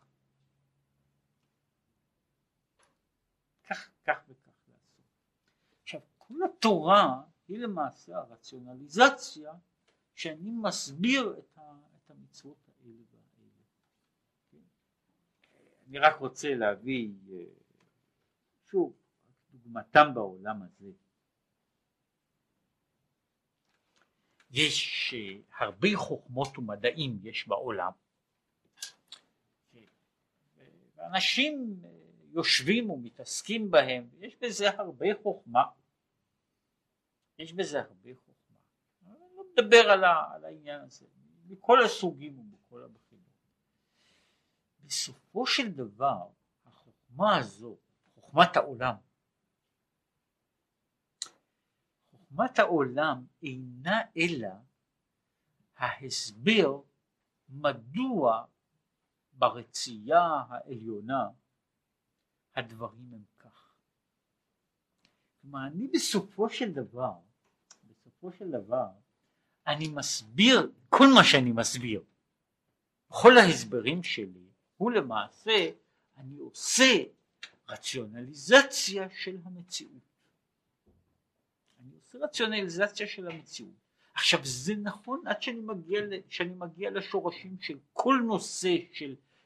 כך, כך וכך לעשות. עכשיו, כל התורה היא למעשה הרציונליזציה שאני מסביר את, ה, את המצוות האלה והאלה. כן? אני רק רוצה להביא שוב דוגמתם בעולם הזה. יש הרבה חוכמות ומדעים יש בעולם, ואנשים יושבים ומתעסקים בהם, יש בזה הרבה חוכמה, יש בזה הרבה חוכמה. אני לא מדבר על, ה, על העניין הזה, מכל הסוגים ומכל הבחינות. בסופו של דבר, החוכמה הזו, חוכמת העולם, חוכמת העולם אינה אלא ההסבר מדוע ברצייה העליונה הדברים הם כך. כלומר, אני בסופו של דבר, בסופו של דבר, אני מסביר, כל מה שאני מסביר, כל ההסברים שלי, הוא למעשה, אני עושה רציונליזציה של המציאות. אני עושה רציונליזציה של המציאות. עכשיו זה נכון עד שאני מגיע, שאני מגיע לשורשים של כל נושא של,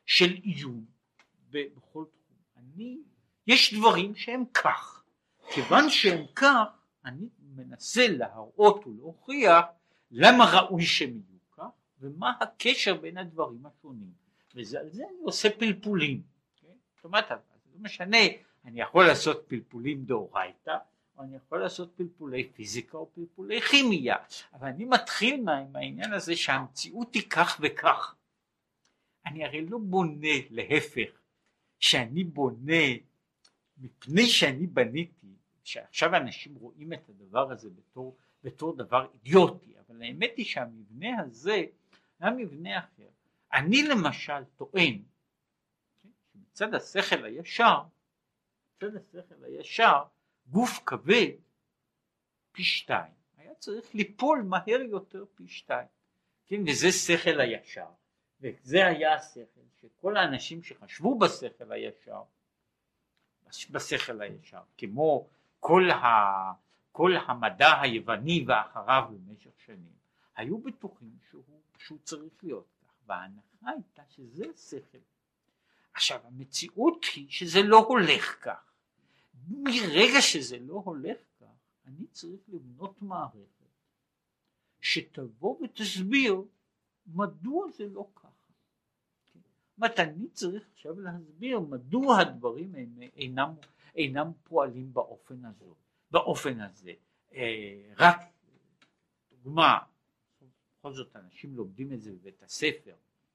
של עיון בכל תחום. אני, יש דברים שהם כך, כיוון שהם כך, אני מנסה להראות ולהוכיח למה ראוי שהם יהיו כך, ומה הקשר בין הדברים השונים, ועל זה אני עושה פלפולים. זאת אומרת, זה לא משנה, אני יכול לעשות פלפולים דאורייתא, או אני יכול לעשות פלפולי פיזיקה או פלפולי כימיה, אבל אני מתחיל מהעניין הזה שהמציאות היא כך וכך. אני הרי לא בונה, להפך, שאני בונה מפני שאני בניתי, שעכשיו אנשים רואים את הדבר הזה בתור, בתור דבר אידיוטי, אבל האמת היא שהמבנה הזה היה מבנה אחר. אני למשל טוען, מצד השכל הישר, מצד השכל הישר, גוף כבד פי שתיים, היה צריך ליפול מהר יותר פי שתיים, כן? וזה שכל הישר, וזה היה השכל שכל האנשים שחשבו בשכל הישר, בשכל הישר, כמו כל, ה, כל המדע היווני ואחריו במשך שנים, היו בטוחים שהוא, שהוא צריך להיות כך, וההנחה הייתה שזה שכל. עכשיו המציאות היא שזה לא הולך כך. מרגע שזה לא הולך כך, אני צריך לבנות מערכת שתבוא ותסביר מדוע זה לא ככה. זאת אומרת, אני צריך עכשיו להסביר מדוע הדברים אינם, אינם פועלים באופן הזה. באופן הזה. אה, רק דוגמה, בכל זאת אנשים לומדים את זה בבית הספר.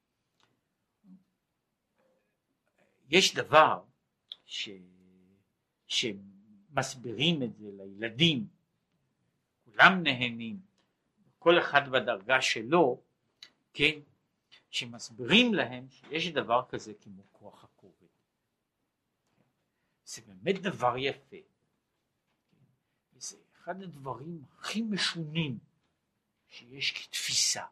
יש דבר ש... שמסבירים את זה לילדים, כולם נהנים, כל אחד בדרגה שלו, כן, שמסבירים להם שיש דבר כזה כמו כוח הכובד. זה באמת דבר יפה. זה אחד הדברים הכי משונים שיש כתפיסה.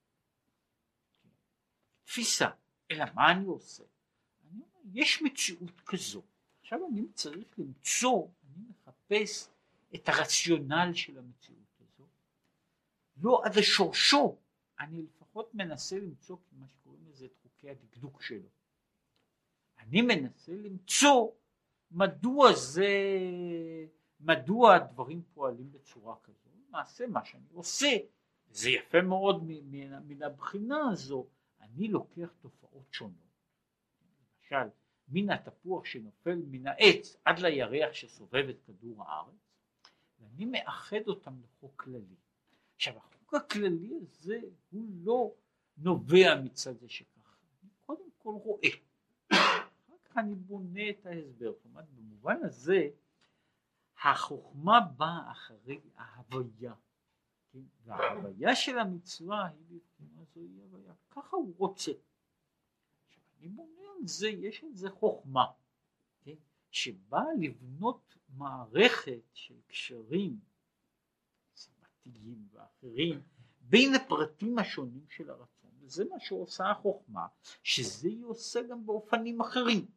תפיסה, אלא מה אני עושה? אני אומר, יש מציאות כזו. עכשיו אני צריך למצוא, אני מחפש את הרציונל של המציאות הזו. לא עד השורשו, אני לפחות מנסה למצוא מה שקוראים לזה את חוקי הדקדוק שלו. אני מנסה למצוא מדוע זה, מדוע הדברים פועלים בצורה כזו. למעשה מה שאני עושה, זה יפה מאוד מן, מן הבחינה הזו, אני לוקח תופעות שונות. למשל, מן התפוח שנופל מן העץ עד לירח שסובב את כדור הארץ, ואני מאחד אותם לחוק כללי. עכשיו החוק הכללי הזה הוא לא נובע מצד זה שכך, אני קודם כל רואה, אחר כך אני בונה את ההסבר. זאת אומרת, במובן הזה החוכמה באה אחרי ההוויה, כן? וההוויה של המצווה היא בבחינה זו היא הוויה, ככה הוא רוצה. אני בונה על זה, יש על זה חוכמה, כן? שבאה לבנות מערכת של קשרים סיבתיים ואחרים בין הפרטים השונים של הרצון, וזה מה שעושה החוכמה, שזה היא עושה גם באופנים אחרים.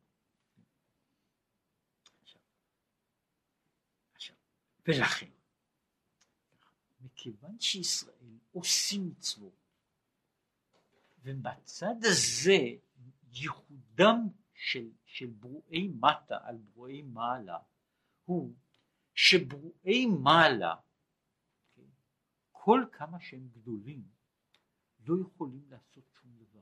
עכשיו, עכשיו, ולכן, מכיוון שישראל עושים מצוות, ובצד הזה ייחודם של, של ברואי מטה על ברואי מעלה, הוא שברואי מעלה, כן, כל כמה שהם גדולים, לא יכולים לעשות שום דבר.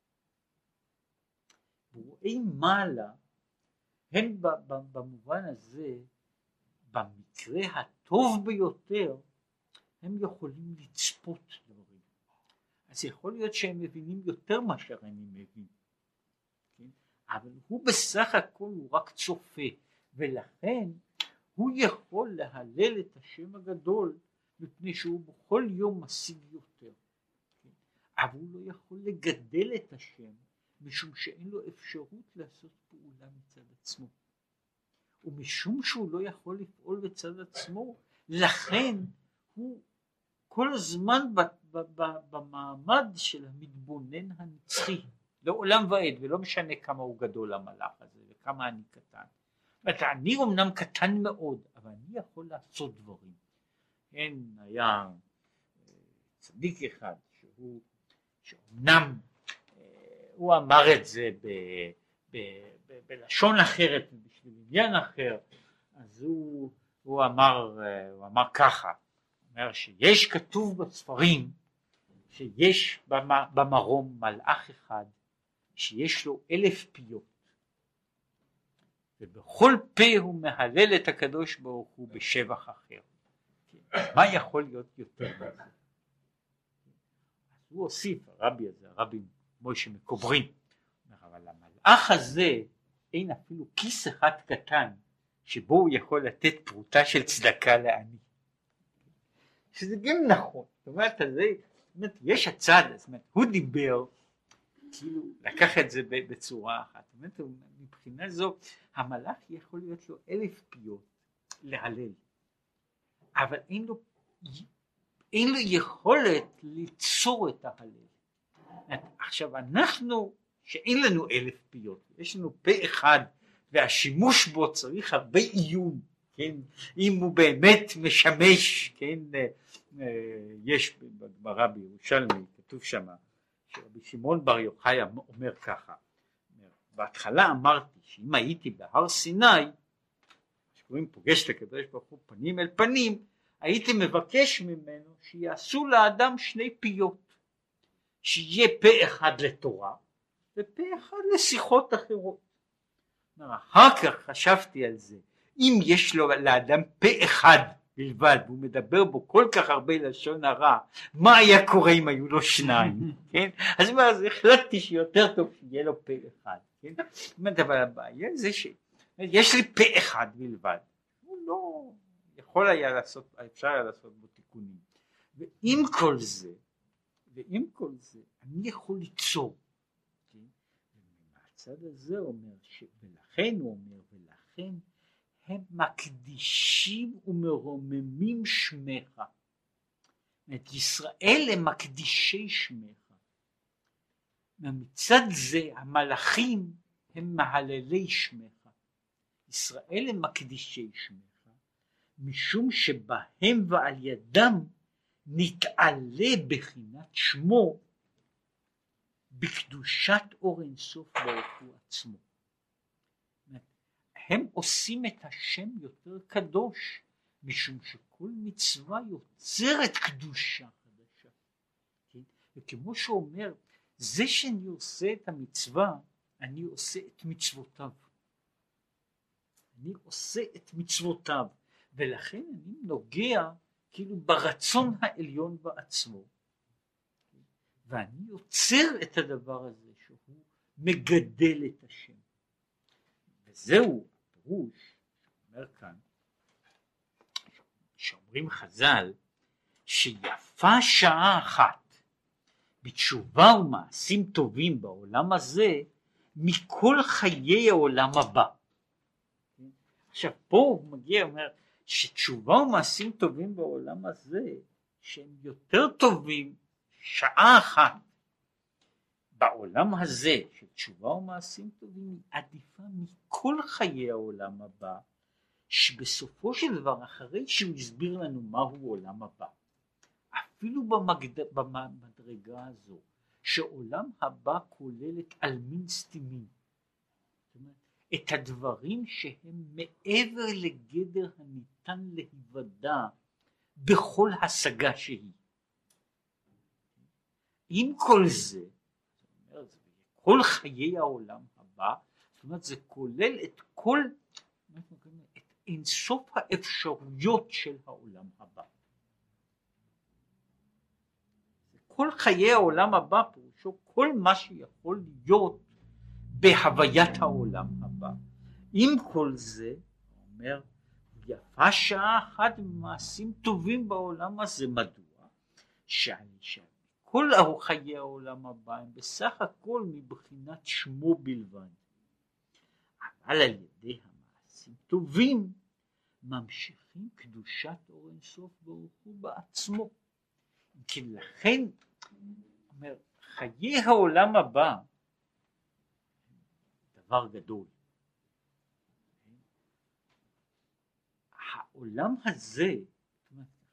ברואי מעלה, הם במובן הזה, במקרה הטוב ביותר, הם יכולים לצפות דברים. אז יכול להיות שהם מבינים יותר מאשר אני מבין. כן? אבל הוא בסך הכל הוא רק צופה, ולכן הוא יכול להלל את השם הגדול, מפני שהוא בכל יום משיג יותר. כן? אבל הוא לא יכול לגדל את השם, משום שאין לו אפשרות לעשות פעולה מצד עצמו. ומשום שהוא לא יכול לפעול בצד עצמו, לכן הוא כל הזמן במעמד של המתבונן הנצחי, לעולם ועד, ולא משנה כמה הוא גדול המלאך הזה, וכמה אני קטן. אני אומנם קטן מאוד, אבל אני יכול לעשות דברים. כן, היה צדיק אחד, שהוא, שאומנם הוא אמר את זה ב, ב, ב, בלשון אחרת, בשביל עניין אחר, אז הוא, הוא, אמר, הוא אמר ככה, הוא אומר שיש כתוב בספרים, שיש במרום מלאך אחד, שיש לו אלף פיות, ובכל פה הוא מהלל את הקדוש ברוך הוא בשבח אחר. מה יכול להיות יותר מזה? הוא הוסיף, הרבי הזה, הרבי מוישה מקוברין, אבל המלאך הזה אין אפילו כיס אחד קטן שבו הוא יכול לתת פרוטה של צדקה לעני. שזה גם נכון. זאת אומרת, זה, זאת אומרת, יש הצד, זאת אומרת, הוא דיבר, כאילו לקח את זה בצורה אחת. זאת אומרת, מבחינה זו, המלאך יכול להיות לו אלף פיות להלל, אבל אין לו, אין לו יכולת ליצור את ההלל. עכשיו אנחנו, שאין לנו אלף פיות, יש לנו פה אחד, והשימוש בו צריך הרבה עיון, כן? אם הוא באמת משמש, כן? יש בגמרא בירושלמי, כתוב שם, שרבי שמעון בר יוחאי אומר ככה, בהתחלה אמרתי שאם הייתי בהר סיני, שקוראים פוגש את הקדוש ברוך הוא פנים אל פנים, הייתי מבקש ממנו שיעשו לאדם שני פיות, שיהיה פה אחד לתורה ופה אחד לשיחות אחרות. אחר כך חשבתי על זה, אם יש לו לאדם פה אחד בלבד והוא מדבר בו כל כך הרבה לשון הרע, מה היה קורה אם היו לו שניים? כן? אז אז החלטתי שיותר טוב שיהיה לו פה אחד. כן? אבל הבעיה זה שיש לי פה אחד בלבד, הוא לא יכול היה לעשות, אפשר היה לעשות בו תיקונים, ועם כל זה ועם כל זה אני יכול ליצור. כן? ומהצד הזה אומר ש... ולכן הוא אומר ולכן הם מקדישים ומרוממים שמך. את ישראל הם מקדישי שמך. מצד זה המלאכים הם מהללי שמך. ישראל הם מקדישי שמך, משום שבהם ועל ידם נתעלה בחינת שמו בקדושת אור אין סוף ברוך הוא עצמו. הם עושים את השם יותר קדוש, משום שכל מצווה יוצרת קדושה חדשה. וכמו שאומר, זה שאני עושה את המצווה, אני עושה את מצוותיו. אני עושה את מצוותיו, ולכן אני נוגע כאילו ברצון העליון בעצמו, ואני יוצר את הדבר הזה שהוא מגדל את השם. וזהו הפירוש שאומר כאן, שאומרים חז"ל, שיפה שעה אחת בתשובה ומעשים טובים בעולם הזה מכל חיי העולם הבא. עכשיו פה הוא מגיע, אומר שתשובה ומעשים טובים בעולם הזה שהם יותר טובים שעה אחת בעולם הזה של תשובה ומעשים טובים, היא עדיפה מכל חיי העולם הבא, שבסופו של דבר אחרי שהוא הסביר לנו מהו עולם הבא, אפילו במגד... במדרגה הזו שעולם הבא כוללת עלמין סתימין, זאת אומרת, את הדברים שהם מעבר לגדר הניתן להיוודע בכל השגה שהיא. עם כל זה, זאת אומרת, כל חיי העולם הבא, זאת אומרת, זה כולל את כל, את אינסוף האפשרויות של העולם הבא. כל חיי העולם הבא פירושו כל מה שיכול להיות בהוויית העולם הבא. עם כל זה, הוא אומר, יפה שעה אחת במעשים טובים בעולם הזה. מדוע? שאני שם. כל חיי העולם הבא הם בסך הכל מבחינת שמו בלבד. אבל על ידי המעשים טובים ממשיכים קדושת אור אין סוף ברוך הוא בעצמו. כי לכן, אומר, חיי העולם הבא דבר גדול. העולם הזה,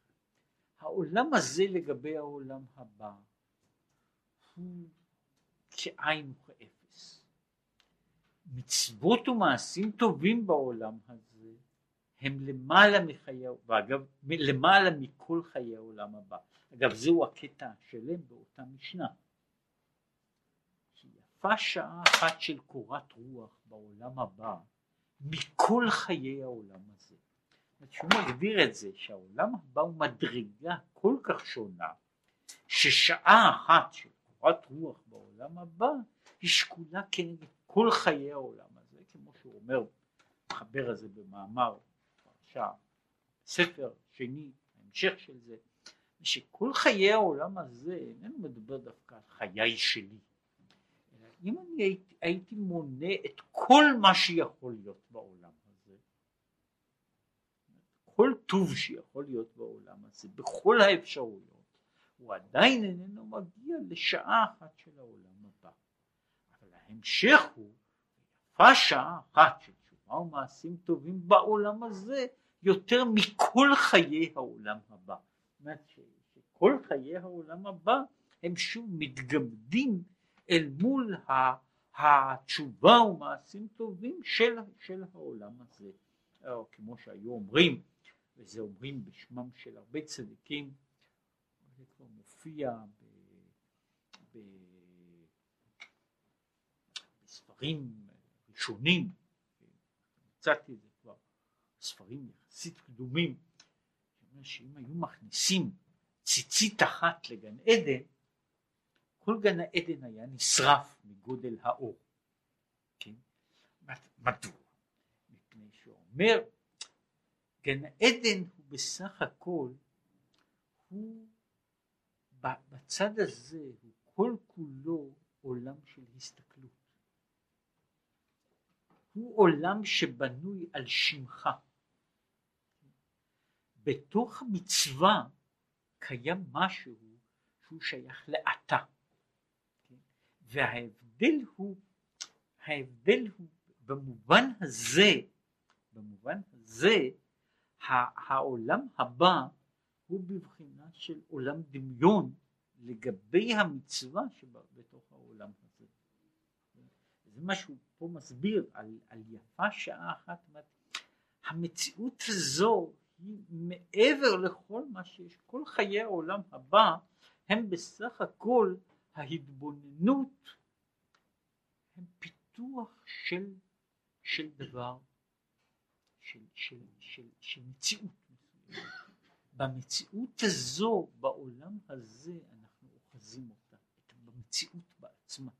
העולם הזה לגבי העולם הבא, הוא כאין וכאפס. מצוות ומעשים טובים בעולם הזה הם למעלה מחיי, ואגב למעלה מכל חיי העולם הבא. אגב זהו הקטע השלם באותה משנה. כי יפה שעה אחת של קורת רוח בעולם הבא מכל חיי העולם הזה. שהוא מגדיר את זה שהעולם הבא הוא מדרגה כל כך שונה, ששעה אחת של קורת רוח בעולם הבא היא שקולה כנגד כל חיי העולם הזה, כמו שהוא אומר, מחבר הזה במאמר פרשה, ספר שני, ההמשך של זה, שכל חיי העולם הזה איננו מדבר דווקא על חיי שלי, אלא אם אני הייתי, הייתי מונה את כל מה שיכול להיות בעולם הזה, כל טוב שיכול להיות בעולם הזה, בכל האפשרויות, הוא עדיין איננו מגיע לשעה אחת של העולם הבא. אבל ההמשך הוא, יפה שעה אחת של תשובה ומעשים טובים בעולם הזה, יותר מכל חיי העולם הבא. זאת אומרת שכל חיי העולם הבא הם שוב מתגמדים אל מול התשובה ומעשים טובים של, של העולם הזה. או כמו שהיו אומרים, וזה אומרים בשמם של הרבה צדיקים, זה כבר מופיע ב, ב, בספרים ראשונים, מצאתי את זה כבר, ספרים יחסית קדומים, שאם היו מכניסים ציצית אחת לגן עדן, כל גן העדן היה נשרף מגודל האור. כן? מדוע? מפני שאומר, גן העדן הוא בסך הכל, הוא בצד הזה, הוא כל כולו עולם של הסתכלות. הוא עולם שבנוי על שמך. בתוך המצווה קיים משהו שהוא שייך לאתה. וההבדל הוא, ההבדל הוא במובן הזה, במובן הזה, העולם הבא הוא בבחינה של עולם דמיון לגבי המצווה שבתוך העולם הזה. זה מה שהוא פה מסביר על, על יפה שעה אחת. המציאות הזו היא מעבר לכל מה שיש, כל חיי העולם הבא הם בסך הכל ההתבוננות, הם פיתוח של, של דבר, של, של, של, של מציאות. במציאות הזו, בעולם הזה, אנחנו אוחזים אותה, במציאות בעצמה.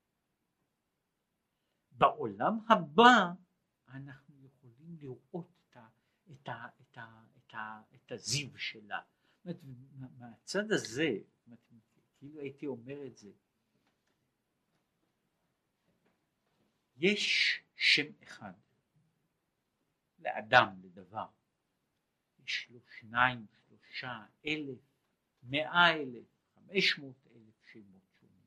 בעולם הבא אנחנו יכולים לראות את, ה, את, ה, את, ה, את, ה, את הזיו שלה. זאת אומרת, מהצד הזה, זאת אומרת, כאילו הייתי אומר את זה, יש שם אחד לאדם, לדבר. יש לו שניים, שלושה, אלף, מאה אלף, חמש מאות אלף שמות שונים.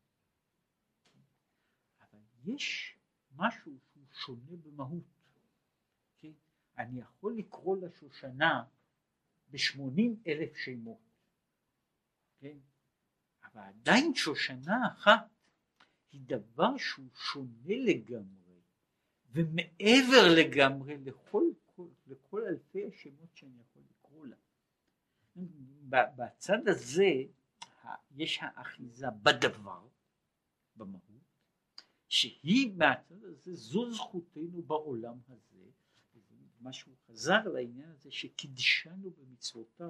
אבל יש משהו שהוא שונה במהות. כן? אני יכול לקרוא לשושנה בשמונים אלף שמות. כן? אבל עדיין שושנה אחת היא דבר שהוא שונה לגמרי, ומעבר לגמרי לכל, כל, לכל אלפי השמות שאני יכול לקרוא לה. בצד הזה יש האחיזה בדבר, במהות, שהיא מהצד הזה, זו זכותנו בעולם הזה. מה שהוא חזר לעניין הזה שקידשנו במצוותיו,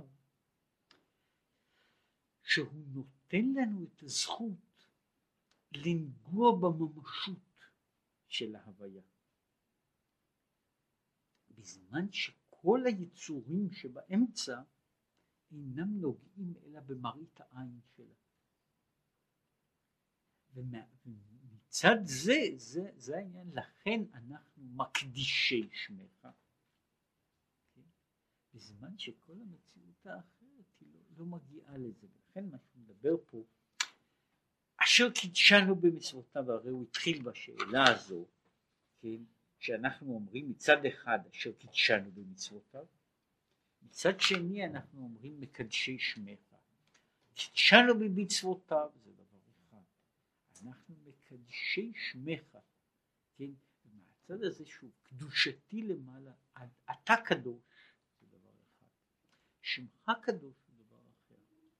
שהוא נותן לנו את הזכות לנגוע בממשות של ההוויה. בזמן שכל היצורים שבאמצע אינם נוגעים אלא במראית העין שלה. ומצד זה, זה, זה העניין, לכן אנחנו מקדישי שמך. בזמן שכל המציאות האחרת היא לא, לא מגיעה לזה. לכן מה שמדבר פה, אשר קידשנו במצוותיו, הרי הוא התחיל בשאלה הזו, כן, שאנחנו אומרים מצד אחד אשר קידשנו במצוותיו, מצד שני אנחנו אומרים מקדשי שמך. קידשנו במצוותיו זה דבר אחד, אנחנו מקדשי שמך, כן, מהצד הזה שהוא קדושתי למעלה, אתה קדוש, זה דבר אחד, שמך קדוש זה דבר אחר.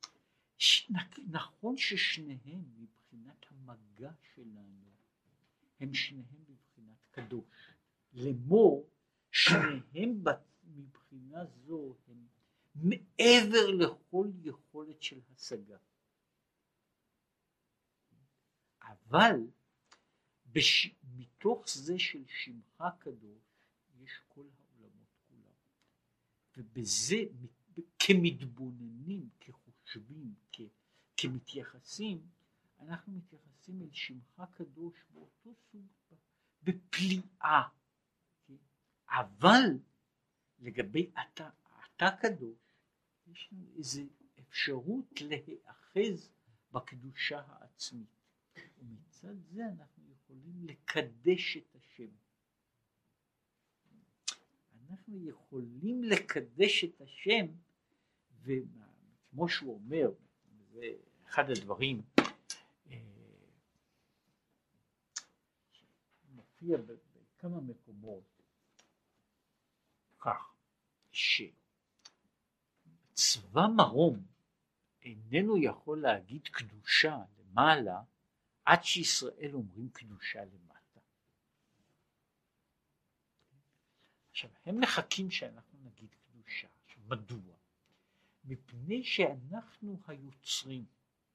נכון ששניהם מבחינת המגע שלנו הם שניהם בבחינת קדוש, לאמור שניהם מבחינה זו הם מעבר לכל יכולת של השגה, אבל בש... מתוך זה של שמך קדוש יש כל העולמות כולם, ובזה כמתבוננים, כחושבים, כ... כמתייחסים, אנחנו מתייחסים אל שמך קדוש באותו סוג, בפליאה, כן? אבל לגבי אתה, אתה קדוש, יש לנו איזו אפשרות להיאחז בקדושה העצמית, ומצד זה אנחנו יכולים לקדש את השם. אנחנו יכולים לקדש את השם, וכמו שהוא אומר, זה אחד הדברים שמופיע בכמה מקומות, כך שצבא מרום איננו יכול להגיד קדושה למעלה עד שישראל אומרים קדושה למטה. עכשיו הם מחכים שאנחנו נגיד קדושה. מדוע? מפני שאנחנו היוצרים,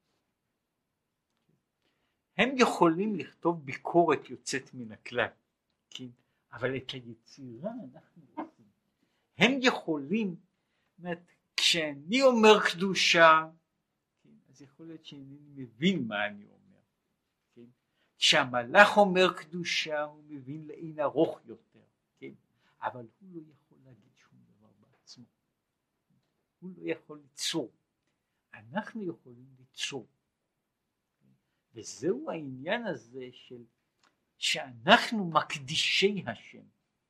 הם יכולים לכתוב ביקורת יוצאת מן הכלל, כן? אבל את היצירה אנחנו עושים. הם יכולים, אומרת, כשאני אומר קדושה, כן, אז יכול להיות שאני מבין מה אני אומר, כן? כשהמלאך אומר קדושה הוא מבין לאין ארוך יותר, כן? אבל הוא לא יכול להגיד שום דבר בעצמו, הוא לא יכול ליצור, אנחנו יכולים ליצור, וזהו העניין הזה של שאנחנו מקדישי השם,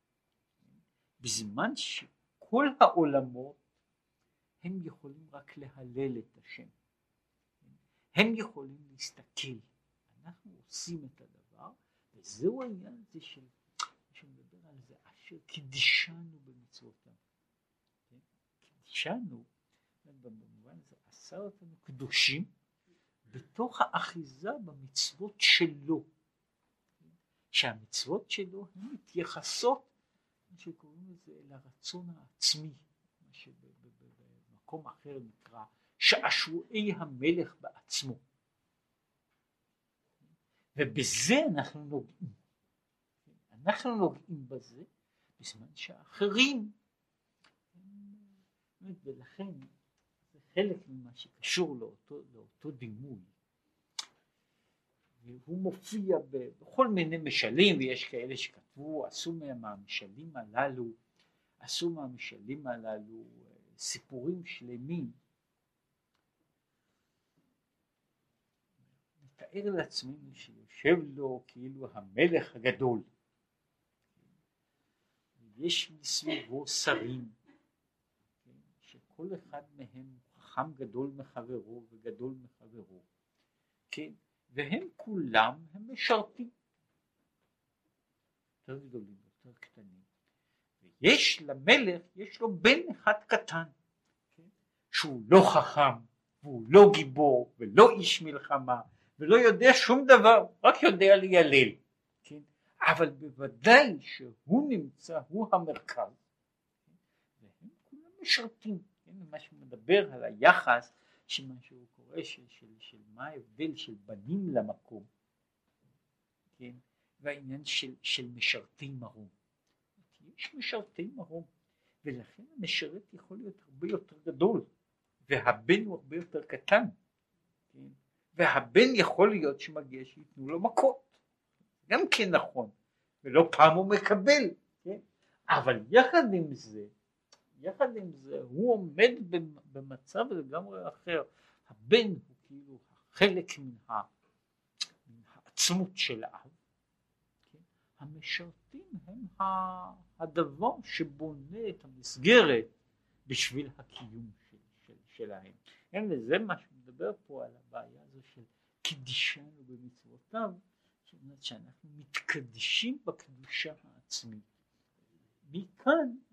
בזמן שכל העולמות הם יכולים רק להלל את השם, הם יכולים להסתכל, אנחנו עושים את הדבר, וזהו העניין הזה של, שמדבר על זה, אשר קידשנו במצוותיו, קידשנו, במובן הזה עשה אותנו קדושים, בתוך האחיזה במצוות שלו, שהמצוות שלו הן מתייחסות, מה שקוראים לזה, לרצון העצמי, מה שבמקום אחר נקרא שעשועי המלך בעצמו, ובזה אנחנו נוגעים, אנחנו נוגעים בזה בזמן שהאחרים, ולכן זה חלק ממה שקשור לאותו, לאותו דימוי, והוא מופיע בכל מיני משלים, ויש כאלה שכתבו, עשו מהמשלים הללו, עשו מהמשלים הללו סיפורים שלמים. נתאר לעצמנו שיושב לו כאילו המלך הגדול, ויש מסביבו שרים, שכל אחד מהם חכם גדול מחברו וגדול מחברו, כן? והם כולם הם משרתים, יותר גדולים, יותר קטנים, ויש למלך, יש לו בן אחד קטן, כן? שהוא לא חכם, והוא לא גיבור, ולא איש מלחמה, ולא יודע שום דבר, רק יודע ליילל, כן? אבל בוודאי שהוא נמצא, הוא המרכז, כן? והם כולם משרתים, כן? מה שמדבר על היחס, שמה שהוא קורא של, של, של מה ההבדל של בנים למקום, כן? והעניין של, של משרתי מרום, יש משרתי מרום, ולכן המשרת יכול להיות הרבה יותר גדול, והבן הוא הרבה יותר קטן, כן? והבן יכול להיות שמגיע שיתנו לו מכות, גם כן נכון, ולא פעם הוא מקבל, כן? אבל יחד עם זה, יחד עם זה הוא עומד במצב לגמרי אחר, הבן הוא כאילו חלק מן העצמות של האב, כן? המשרתים הם הדבר שבונה את המסגרת בשביל הקיום של, של, שלהם, כן? וזה מה שמדבר פה על הבעיה הזו של קידישנו במצוותיו, זאת אומרת שאנחנו מתקדשים בקדושה העצמית. מכאן